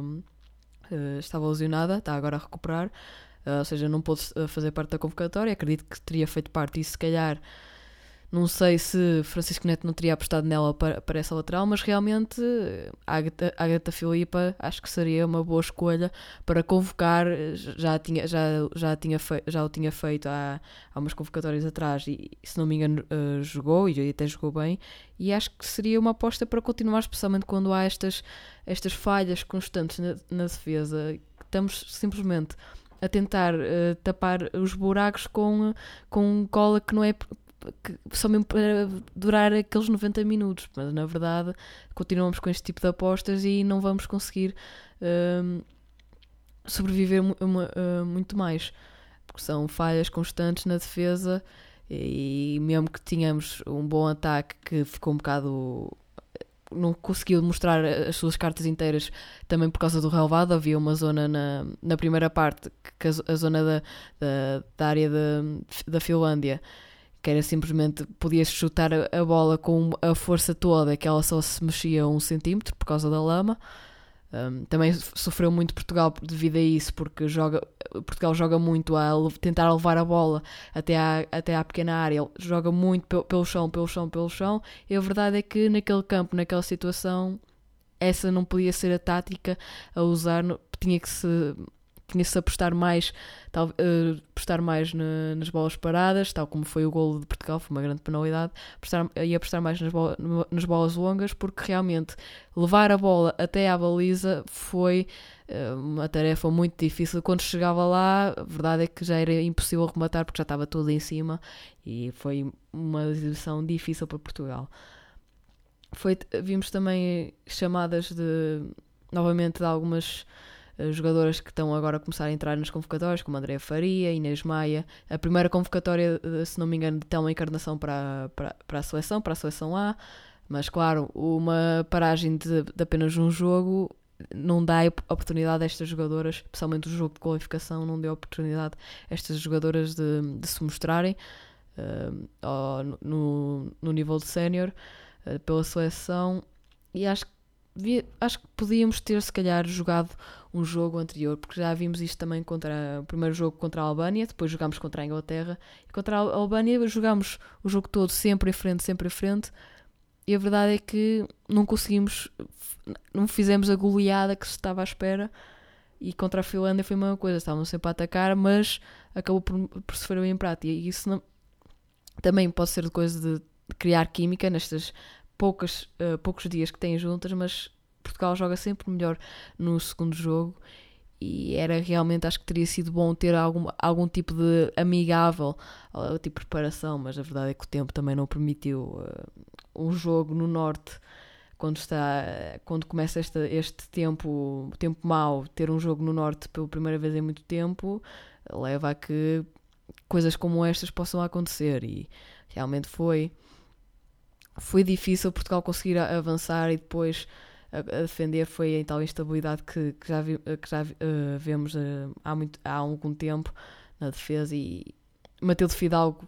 está agora a recuperar, ou seja, não pôde fazer parte da convocatória. Acredito que teria feito parte e se calhar, não sei se Francisco Neto não teria apostado nela para essa lateral, mas realmente a Agatha Filipa acho que seria uma boa escolha para convocar. Já o tinha feito há umas convocatórias atrás e, se não me engano, jogou e até jogou bem, e acho que seria uma aposta para continuar, especialmente quando há estas falhas constantes na defesa. Estamos simplesmente a tentar tapar os buracos com cola que não é só mesmo para durar aqueles 90 minutos, mas na verdade continuamos com este tipo de apostas e não vamos conseguir sobreviver muito mais, porque são falhas constantes na defesa, e mesmo que tenhamos um bom ataque que ficou um bocado, não conseguiu mostrar as suas cartas inteiras também por causa do relevado. Havia uma zona na primeira parte, que a zona da área da Finlândia, que era simplesmente, podias chutar a bola com a força toda, que ela só se mexia 1 centímetro por causa da lama. Também sofreu muito Portugal devido a isso, porque Portugal joga muito a tentar levar a bola até à pequena área, joga muito pelo chão, e a verdade é que naquele campo, naquela situação, essa não podia ser a tática a usar. Tinha que se apostar mais, nas bolas paradas, tal como foi o golo de Portugal, foi uma grande penalidade, apostar mais nas bolas longas, porque realmente levar a bola até à baliza foi uma tarefa muito difícil. Quando chegava lá, a verdade é que já era impossível rematar, porque já estava tudo em cima, e foi uma exibição difícil para Portugal. Vimos também chamadas novamente de algumas jogadoras que estão agora a começar a entrar nas convocatórias, como Andréa Faria, Inês Maia. A primeira convocatória, se não me engano, de Telma Encarnação para a seleção A, mas claro, uma paragem de apenas um jogo não dá oportunidade a estas jogadoras, especialmente o jogo de qualificação, não deu oportunidade a estas jogadoras de se mostrarem no nível de sénior pela seleção. E acho que podíamos ter, se calhar, jogado um jogo anterior, porque já vimos isto também o primeiro jogo contra a Albânia, depois jogámos contra a Inglaterra, e contra a Albânia jogámos o jogo todo sempre em frente, e a verdade é que não fizemos a goleada que se estava à espera, e contra a Finlândia foi a mesma coisa, estavam sempre a atacar, mas acabou por sofrer o empate, e isso também pode ser de coisa de criar química nestas poucos dias que têm juntas, mas Portugal joga sempre melhor no segundo jogo, e era realmente, acho que teria sido bom ter algum tipo de amigável tipo de preparação, mas a verdade é que o tempo também não permitiu. Um jogo no norte, quando começa este tempo mau, ter um jogo no norte pela primeira vez em muito tempo leva a que coisas como estas possam acontecer, e realmente foi difícil Portugal conseguir avançar, e depois a defender foi em tal instabilidade que já vemos há algum tempo na defesa. E Matilde Fidalgo,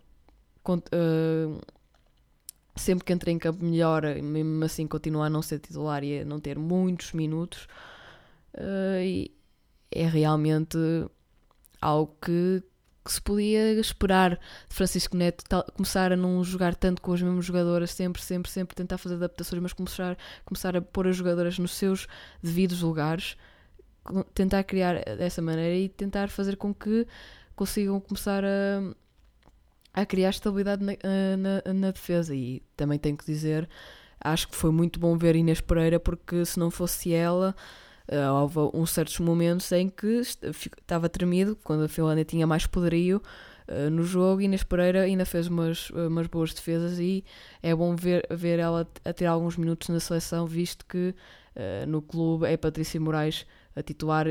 sempre que entra em campo melhora, mesmo assim continua a não ser titular e a não ter muitos minutos, e é realmente algo que se podia esperar de Francisco Neto, começar a não jogar tanto com as mesmas jogadoras, sempre tentar fazer adaptações, mas começar a pôr as jogadoras nos seus devidos lugares, tentar criar dessa maneira e tentar fazer com que consigam começar a criar estabilidade na defesa. E também tenho que dizer, acho que foi muito bom ver Inês Pereira, porque se não fosse ela, houve uns certos momentos em que estava tremido, quando a Finlândia tinha mais poderio no jogo, e Inês Pereira ainda fez umas boas defesas, e é bom ver ela a ter alguns minutos na seleção, visto que no clube é Patrícia Moraes a titular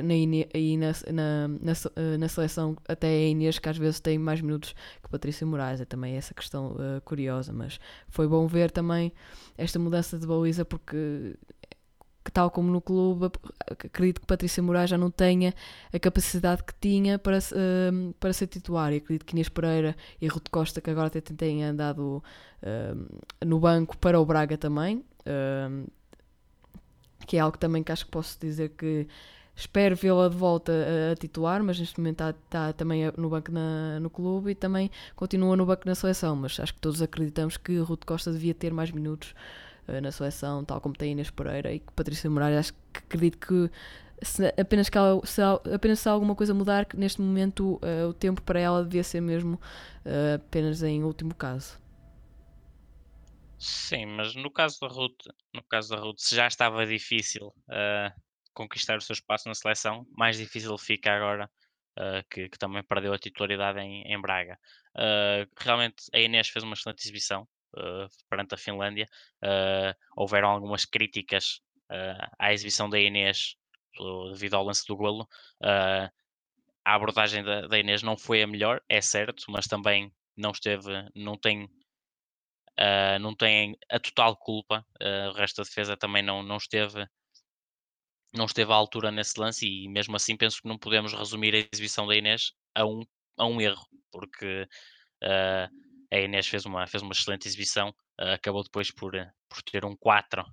na seleção, até a Inês, que às vezes tem mais minutos que Patrícia Moraes. É também essa questão curiosa, mas foi bom ver também esta mudança de baliza, porque tal como no clube, acredito que Patrícia Moraes já não tenha a capacidade que tinha para ser titular, e acredito que Inês Pereira e Ruth Costa, que agora até têm andado no banco para o Braga também, que é algo também que acho que posso dizer que espero vê-la de volta a titular, mas neste momento está também no banco no clube e também continua no banco na seleção, mas acho que todos acreditamos que Ruth Costa devia ter mais minutos na seleção, tal como tem Inês Pereira, e que Patrícia Moraes, acho que acredito que se alguma coisa mudar, que neste momento o tempo para ela devia ser mesmo apenas em último caso. Sim, mas no caso da Ruth, se já estava difícil conquistar o seu espaço na seleção, mais difícil fica agora que também perdeu a titularidade em Braga. Realmente a Inês fez uma excelente exibição perante a Finlândia. Houveram algumas críticas à exibição da Inês devido ao lance do golo. A abordagem da Inês não foi a melhor, é certo, mas também não tem a total culpa. O resto da defesa também não esteve à altura nesse lance, e mesmo assim penso que não podemos resumir a exibição da Inês a um erro, porque a Inês fez uma excelente exibição. Acabou depois por ter um 4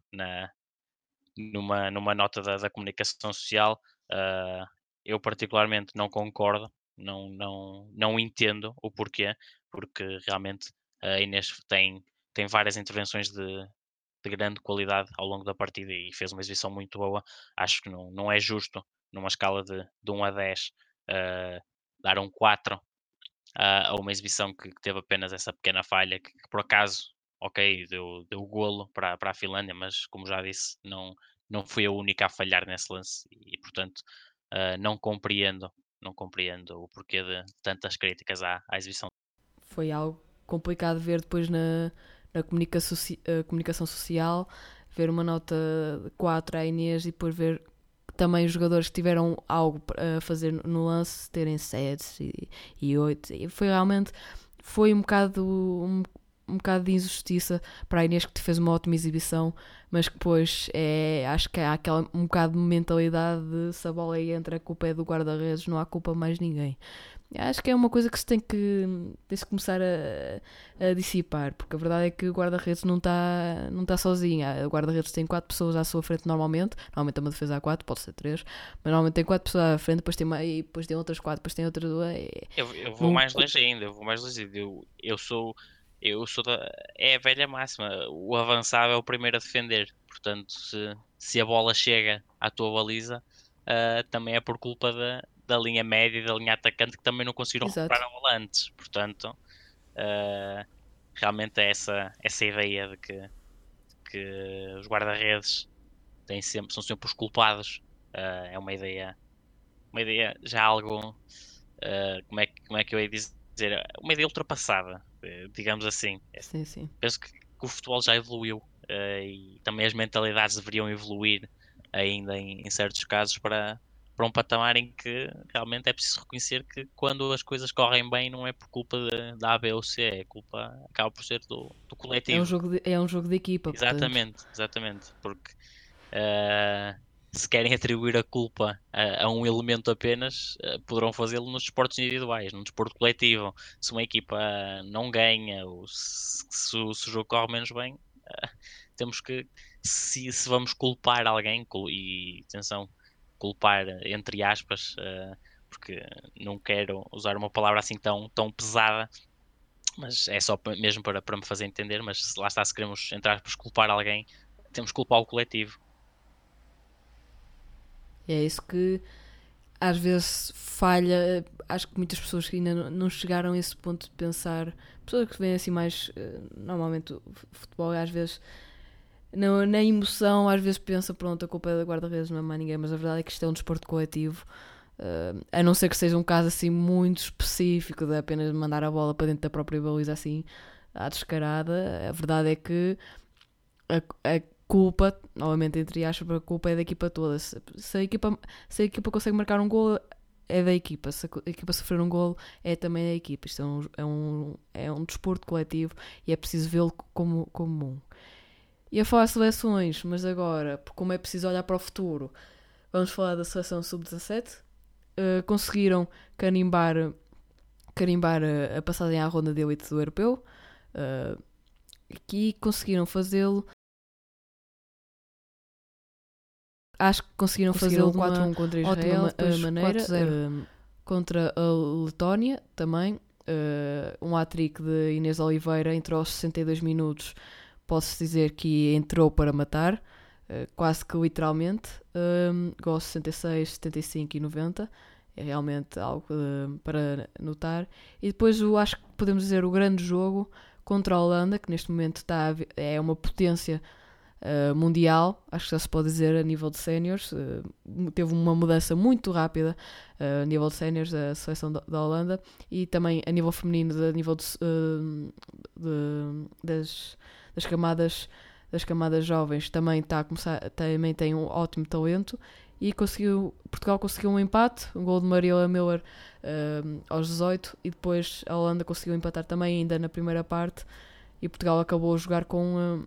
numa nota da comunicação social. Eu particularmente não concordo, não entendo o porquê, porque realmente a Inês tem várias intervenções de grande qualidade ao longo da partida e fez uma exibição muito boa. Acho que não é justo, numa escala de 1 a 10, dar um 4 a uma exibição que teve apenas essa pequena falha, que por acaso, ok, deu golo para a Finlândia, mas como já disse, não fui a única a falhar nesse lance e portanto não compreendo o porquê de tantas críticas à exibição. Foi algo complicado ver depois na comunicação social, ver uma nota de 4 à Inês e depois ver também os jogadores que tiveram algo a fazer no lance terem 7 e 8. E foi um bocado de injustiça para a Inês, que fez uma ótima exibição, mas que depois acho que há um bocado de mentalidade de se a bola entra, a culpa é do guarda-redes, não há culpa mais ninguém. Acho que é uma coisa que tem que começar a dissipar, porque a verdade é que o guarda-redes não está sozinho. O guarda-redes tem 4 pessoas à sua frente normalmente é uma defesa a 4, pode ser 3, mas normalmente tem 4 pessoas à frente, depois tem outras 4, depois tem outras 2. Eu vou mais longe ainda, eu sou é a velha máxima, o avançado é o primeiro a defender, portanto se a bola chega à tua baliza, também é por culpa da linha média e da linha atacante, que também não conseguiram recuperar a bola antes, portanto realmente é essa ideia de que os guarda-redes são sempre os culpados. É uma ideia já algo, como é que eu ia dizer, uma ideia ultrapassada, digamos assim. Sim. Penso que o futebol já evoluiu e também as mentalidades deveriam evoluir ainda em certos casos para um patamar em que realmente é preciso reconhecer que quando as coisas correm bem não é por culpa da A, B ou C, acaba por ser do coletivo. É um jogo de equipa. Exatamente, porque se querem atribuir a culpa a um elemento apenas, poderão fazê-lo nos desportos individuais, num desporto coletivo. Se uma equipa não ganha ou se o jogo corre menos bem, temos que, se vamos culpar alguém, e atenção, culpar entre aspas, porque não quero usar uma palavra assim tão pesada, mas é só mesmo para me fazer entender. Mas lá está, se queremos, entre aspas, culpar alguém, temos que culpar o coletivo. É isso que às vezes falha. Acho que muitas pessoas que ainda não chegaram a esse ponto de pensar, pessoas que veem assim mais normalmente o futebol, às vezes na emoção, às vezes pensa, pronto, a culpa é da guarda-redes, não é mais ninguém, mas a verdade é que isto é um desporto coletivo. A não ser que seja um caso assim muito específico de apenas mandar a bola para dentro da própria baliza assim à descarada. A verdade é que culpa, novamente entre aspas, a culpa é da equipa toda. Se a equipa consegue marcar um gol, é da equipa. Se a equipa sofrer um gol, é também da equipa. Isto é um desporto coletivo e é preciso vê-lo como um. Ia falar de seleções, mas agora, como é preciso olhar para o futuro, vamos falar da seleção sub-17. Conseguiram carimbar a passagem à ronda de elite do europeu. Aqui conseguiram fazê-lo. Acho que conseguiram fazê-lo 4-1 contra Israel, ótima maneira, 4-0 contra a Letónia também. Um hat-trick de Inês Oliveira entre os 62 minutos. Posso dizer que entrou para matar, quase que literalmente. Gols 66, 75 e 90. É realmente algo para notar. E depois eu acho que podemos dizer o grande jogo contra a Holanda, que neste momento é uma potência mundial, acho que já se pode dizer a nível de séniores. Teve uma mudança muito rápida a nível de séniores da seleção da Holanda, e também a nível feminino, a nível das camadas jovens, também também tem um ótimo talento. E Portugal conseguiu um empate, um gol de Mariela Miller aos 18, e depois a Holanda conseguiu empatar também ainda na primeira parte, e Portugal acabou a jogar com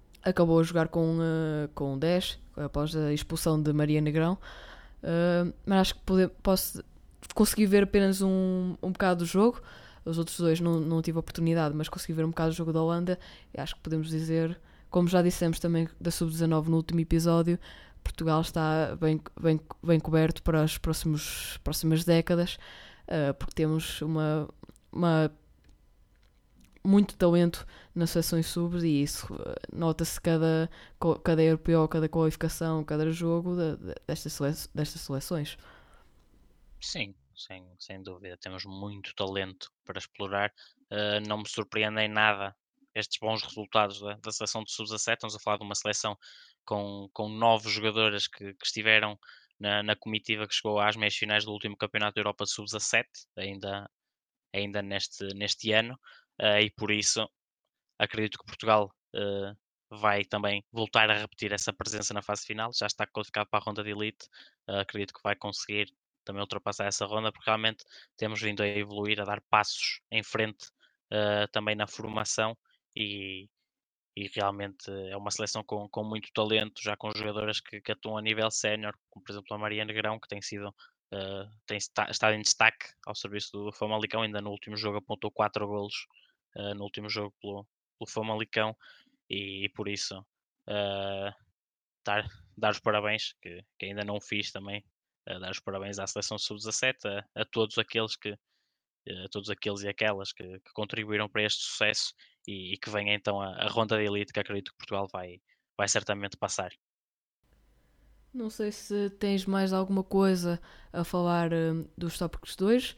10 após a expulsão de Maria Negrão. Mas acho que consegui ver apenas um bocado do jogo. Os outros dois não tive a oportunidade, mas consegui ver um bocado do jogo da Holanda, e acho que podemos dizer, como já dissemos também da Sub-19 no último episódio, Portugal está bem coberto para as próximas décadas, porque temos muito talento nas seleções subs, e isso nota-se cada europeu, cada qualificação, cada jogo destas seleções. Sim, sem dúvida. Temos muito talento para explorar. Não me surpreendem nada estes bons resultados da seleção de sub-17. Estamos a falar de uma seleção com 9 jogadoras que estiveram na comitiva que chegou às meias finais do último Campeonato da Europa sub-17, ainda neste ano, e por isso acredito que Portugal vai também voltar a repetir essa presença na fase final. Já está qualificado para a ronda de elite. Acredito que vai conseguir também ultrapassar essa ronda, porque realmente temos vindo a evoluir, a dar passos em frente também na formação, e realmente é uma seleção com muito talento, já com jogadoras que atuam a nível sénior, como por exemplo a Maria Negrão, que tem estado em destaque ao serviço do Famalicão. Ainda no último jogo apontou 4 golos no último jogo pelo Famalicão, e por isso dar os parabéns, que ainda não fiz também, dar os parabéns à seleção sub-17, a todos aqueles e aquelas que contribuíram para este sucesso, e que venha então a ronda de elite, que acredito que Portugal vai certamente passar. Não sei se tens mais alguma coisa a falar dos tópicos 2.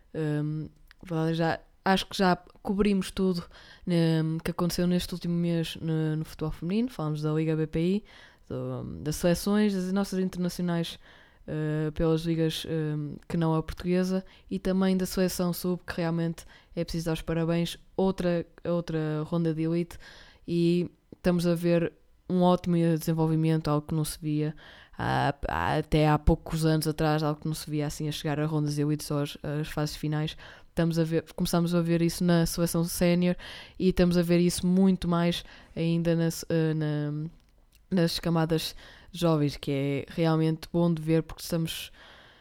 Acho que já cobrimos tudo que aconteceu neste último mês no futebol feminino. Falamos da Liga BPI, das seleções, das nossas internacionais pelas ligas que não a portuguesa, e também da seleção sub, que realmente é preciso dar os parabéns. Outra ronda de elite, e estamos a ver um ótimo desenvolvimento, algo que não se via até há poucos anos atrás, algo que não se via assim a chegar a rondas de elite, só as fases finais. Começamos a ver isso na seleção sénior, e estamos a ver isso muito mais ainda nas camadas jovens, que é realmente bom de ver, porque estamos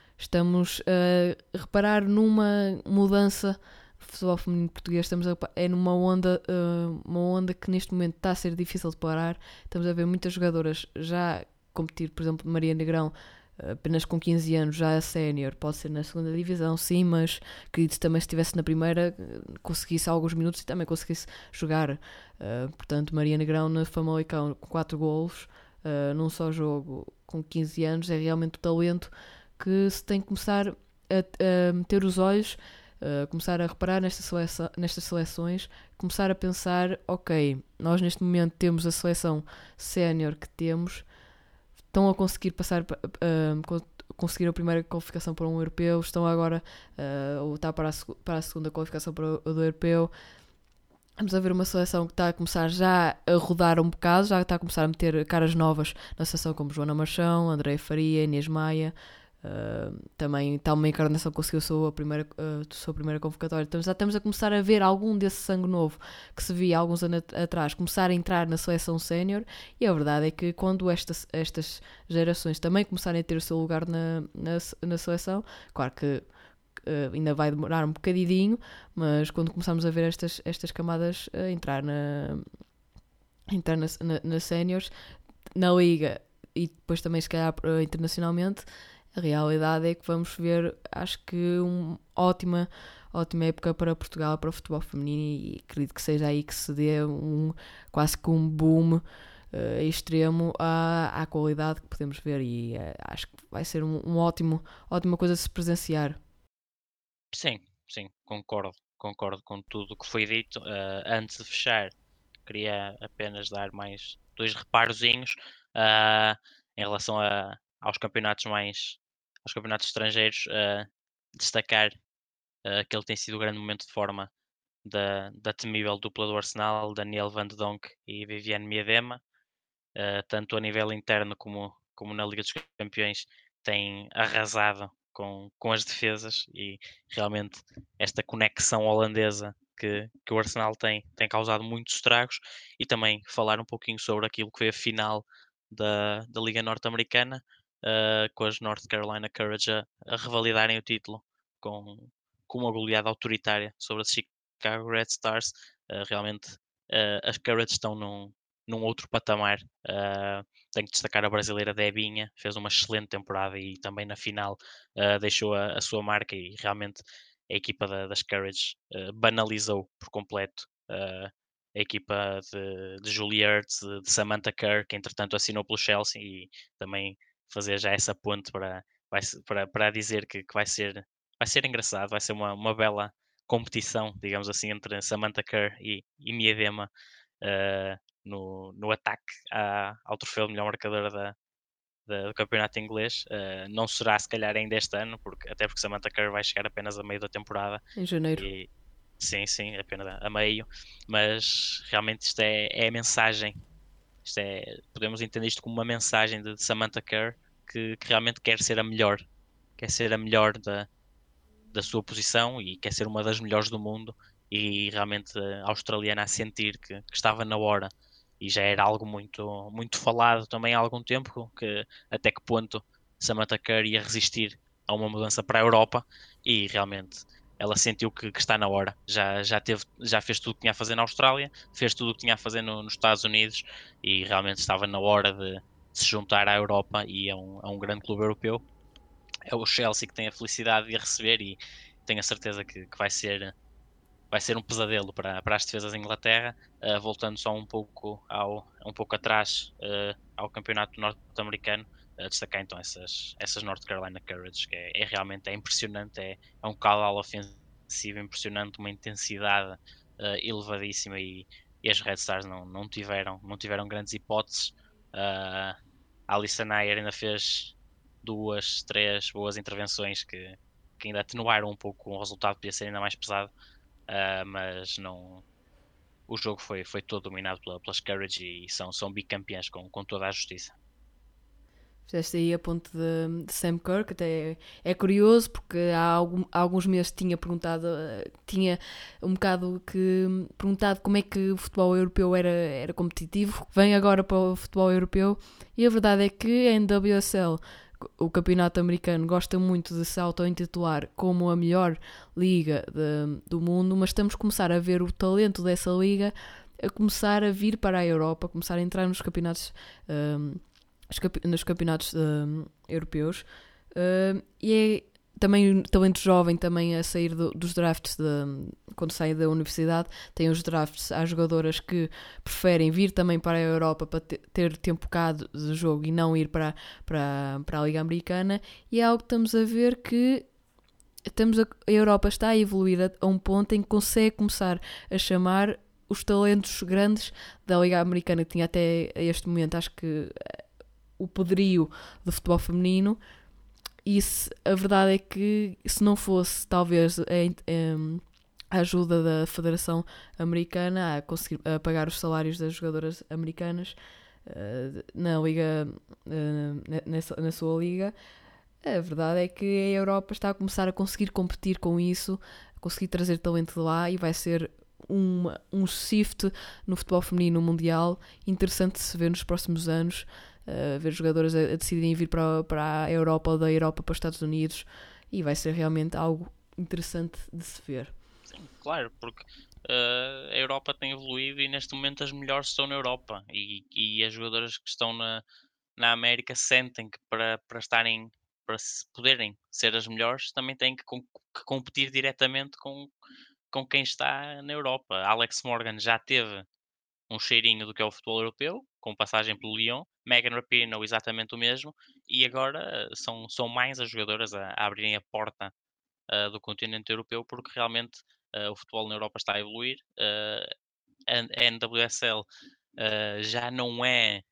a reparar numa mudança no futebol feminino português. É numa onda que neste momento está a ser difícil de parar. Estamos a ver muitas jogadoras já competir, por exemplo, Maria Negrão, apenas com 15 anos, já a sénior, pode ser na segunda divisão, sim, mas acredito que também, se estivesse na primeira, conseguisse alguns minutos e também conseguisse jogar. Portanto, Maria Negrão na Famalicão com 4 golos num só jogo, com 15 anos, é realmente o talento que se tem que começar a meter os olhos, começar a reparar nestas seleções, começar a pensar, ok, nós neste momento temos a seleção sénior que temos, estão a conseguir conseguir a primeira qualificação para um europeu, estão agora a lutar para a segunda qualificação para o europeu. Vamos a ver uma seleção que está a começar já a rodar um bocado, já está a começar a meter caras novas na seleção, como Joana Marchão, Andréia Faria, Inês Maia. Também Telma Encarnação conseguiu a sua primeira convocatória. Então já estamos a começar a ver algum desse sangue novo que se via há alguns anos atrás começar a entrar na seleção sénior, e a verdade é que quando estas gerações também começarem a ter o seu lugar na seleção, claro que ainda vai demorar um bocadinho, mas quando começarmos a ver estas camadas a entrar na séniores, na liga e depois também se calhar internacionalmente, a realidade é que vamos ver, acho que uma ótima época para Portugal, para o futebol feminino, e acredito que seja aí que se dê quase que um boom extremo à qualidade que podemos ver, e acho que vai ser ótima coisa de se presenciar. Sim, sim, concordo com tudo o que foi dito. Antes de fechar, queria apenas dar mais dois reparozinhos uh, em relação aos campeonatos aos campeonatos estrangeiros. Destacar que ele tem sido o grande momento de forma da temível dupla do Arsenal, Daniel Van de Donk e Viviane Miedema. Tanto a nível interno como na Liga dos Campeões, tem arrasado com as defesas, e realmente esta conexão holandesa que o Arsenal tem causado muitos estragos. E também falar um pouquinho sobre aquilo que foi a final da Liga Norte-Americana, com as North Carolina Courage a revalidarem o título com uma goleada autoritária sobre as Chicago Red Stars. Realmente as Courage estão num outro patamar. Tenho que destacar a brasileira Debinha, fez uma excelente temporada e também na final deixou a sua marca, e realmente a equipa das Courage banalizou por completo a equipa de Julie Ertz, de Samantha Kerr, que entretanto assinou pelo Chelsea, e também fazer já essa ponte para dizer que vai ser engraçado, vai ser uma bela competição, digamos assim, entre Samantha Kerr e Miedema no ataque ao troféu de melhor marcadora do campeonato inglês. Não será se calhar ainda este ano, até porque Samantha Kerr vai chegar apenas a meio da temporada. Em janeiro. E, sim, apenas a meio. Mas realmente isto é a mensagem. Podemos entender isto como uma mensagem de Samantha Kerr, que realmente quer ser a melhor. Quer ser a melhor da sua posição e quer ser uma das melhores do mundo, e realmente a australiana a sentir que estava na hora, e já era algo muito falado também há algum tempo, que até que ponto Samantha Kerr ia resistir a uma mudança para a Europa, e realmente ela sentiu que está na hora. Já fez tudo o que tinha a fazer na Austrália, fez tudo o que tinha a fazer nos Estados Unidos, e realmente estava na hora de se juntar à Europa e a um grande clube europeu. É o Chelsea que tem a felicidade de a receber, e tenho a certeza que vai ser um pesadelo para as defesas da Inglaterra. Voltando só um pouco atrás ao campeonato norte-americano, destacar então essas North Carolina Courage, que realmente impressionante, é um caudal ofensivo impressionante, uma intensidade elevadíssima, e as Red Stars não tiveram grandes hipóteses. A Alison Nair ainda fez 2, 3 boas intervenções que ainda atenuaram um pouco, o resultado podia ser ainda mais pesado. Mas não. O jogo foi todo dominado pelas Courage, e são bicampeãs com toda a justiça. Fizeste aí a ponte de Sam Kerr, que até é curioso, porque há alguns meses tinha um bocado que perguntado como é que o futebol europeu era competitivo. Vem agora para o futebol europeu, e a verdade é que a NWSL, o campeonato americano, gosta muito de se auto-intitular como a melhor liga do mundo, mas estamos a começar a ver o talento dessa liga a começar a vir para a Europa, a começar a entrar nos campeonatos europeus, e é também talento jovem também a sair dos drafts quando saem da universidade. Tem os drafts às jogadoras que preferem vir também para a Europa para ter tempo cá de jogo e não ir para a Liga Americana, e é algo que estamos a ver que a Europa está a evoluir a um ponto em que consegue começar a chamar os talentos grandes da Liga Americana, que tinha até este momento, acho que o poderio do futebol feminino. E a verdade é que se não fosse talvez a ajuda da Federação Americana a conseguir a pagar os salários das jogadoras americanas na liga, na sua liga. A verdade é que a Europa está a começar a conseguir competir com isso, a conseguir trazer talento de lá, e vai ser um shift no futebol feminino mundial interessante de se ver nos próximos anos, ver jogadoras a decidirem vir para a Europa ou da Europa para os Estados Unidos, e vai ser realmente algo interessante de se ver. Sim, claro, porque a Europa tem evoluído e neste momento as melhores estão na Europa, e as jogadoras que estão na América sentem que para poderem ser as melhores também têm que competir diretamente com quem está na Europa. Alex Morgan já teve um cheirinho do que é o futebol europeu, com passagem pelo Lyon. Megan Rapinoe exatamente o mesmo, e agora são mais as jogadoras a abrirem a porta do continente europeu, porque realmente o futebol na Europa está a evoluir. A NWSL já não é,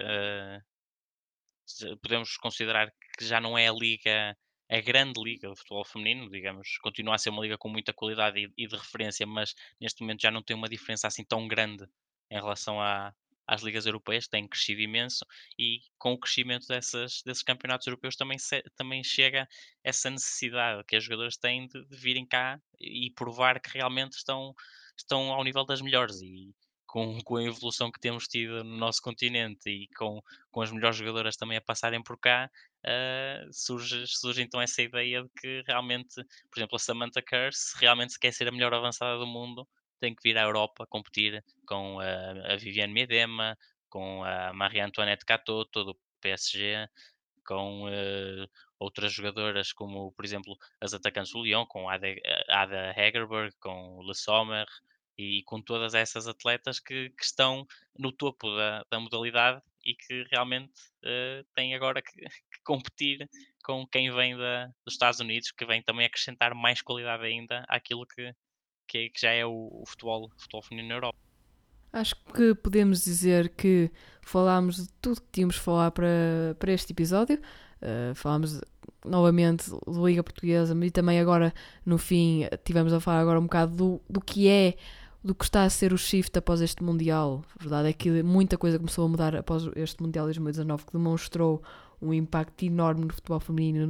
podemos considerar que já não é a grande liga do futebol feminino, digamos, continua a ser uma liga com muita qualidade e de referência, mas neste momento já não tem uma diferença assim tão grande em relação às ligas europeias, que têm crescido imenso, e com o crescimento desses campeonatos europeus também chega essa necessidade que as jogadoras têm de virem cá e provar que realmente estão ao nível das melhores, e com a evolução que temos tido no nosso continente e com as melhores jogadoras também a passarem por cá, surge então essa ideia de que realmente, por exemplo, a Samantha Kerr, se realmente se quer ser a melhor avançada do mundo, tem que vir à Europa competir com a Viviane Miedema, com a Marie-Antoinette Katoto do PSG, com outras jogadoras como, por exemplo, as atacantes do Lyon, com Ada Hegerberg, com Le Sommer, e com todas essas atletas que estão no topo da modalidade e que realmente têm agora que competir com quem vem dos Estados Unidos, que vem também acrescentar mais qualidade ainda àquilo que já é o futebol feminino na Europa. Acho que podemos dizer que falámos de tudo que tínhamos de falar para este episódio. Falámos novamente da Liga Portuguesa, e também agora no fim tivemos a falar agora um bocado do que está a ser o shift após este Mundial. A verdade é que muita coisa começou a mudar após este Mundial de 2019, que demonstrou um impacto enorme no futebol feminino,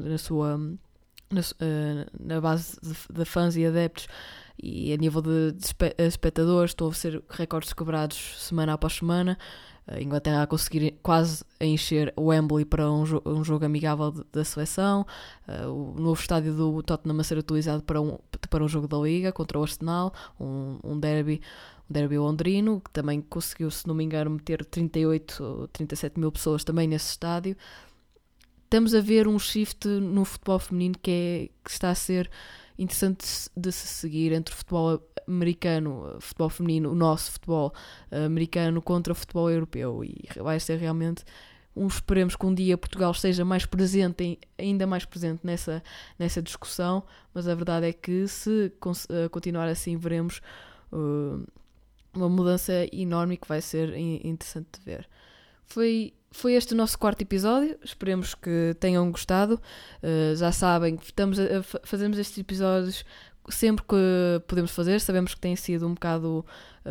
na base de fãs e adeptos, e a nível de espectadores. Estão a ser recordes quebrados semana após semana. A Inglaterra a conseguir quase encher o Wembley para um jogo amigável da seleção. O novo estádio do Tottenham a ser utilizado para um jogo da Liga contra o Arsenal, um derby londrino, que também conseguiu, se não me engano, meter 38 ou 37 mil pessoas também nesse estádio. Estamos a ver um shift no futebol feminino que está a ser interessante de se seguir, entre o futebol americano, futebol feminino, o nosso futebol americano contra o futebol europeu, e vai ser realmente esperemos que um dia Portugal esteja mais presente, ainda mais presente nessa discussão, mas a verdade é que se continuar assim veremos uma mudança enorme que vai ser interessante de ver. Foi este o nosso quarto episódio, esperemos que tenham gostado. Já sabem que fazemos estes episódios sempre que podemos fazer. Sabemos que tem sido um bocado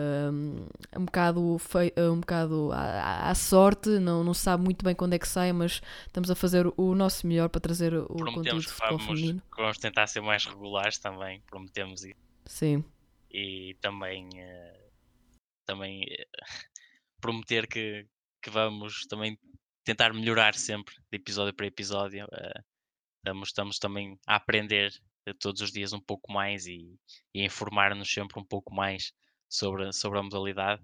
à sorte, não se sabe muito bem quando é que sai, mas estamos a fazer o nosso melhor para trazer o conteúdo de futebol feminino. Vamos tentar ser mais regulares também, prometemos isso. Sim. E também prometer que vamos também tentar melhorar sempre de episódio para episódio. Estamos também a aprender todos os dias um pouco mais e a informar-nos sempre um pouco mais sobre a modalidade,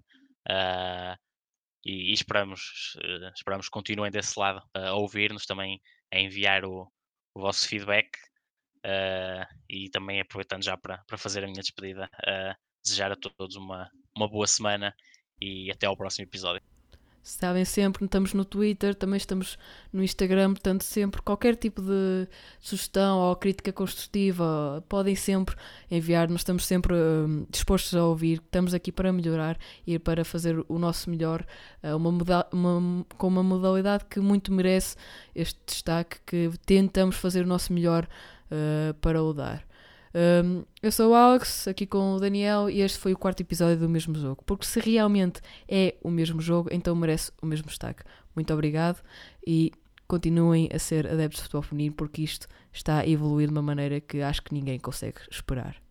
e esperamos que continuem desse lado a ouvir-nos, também a enviar o vosso feedback, e também aproveitando já para fazer a minha despedida, desejar a todos uma boa semana e até ao próximo episódio. Sabem sempre, estamos no Twitter, também estamos no Instagram, portanto sempre qualquer tipo de sugestão ou crítica construtiva podem sempre enviar, nós estamos sempre dispostos a ouvir, estamos aqui para melhorar e para fazer o nosso melhor, com uma modalidade que muito merece este destaque, que tentamos fazer o nosso melhor para o dar. Eu sou o Alex, aqui com o Daniel, e este foi o 4º episódio do mesmo jogo. Porque se realmente é o mesmo jogo, então merece o mesmo destaque. Muito obrigado e continuem a ser adeptos de futebol feminino, porque isto está a evoluir de uma maneira que acho que ninguém consegue esperar.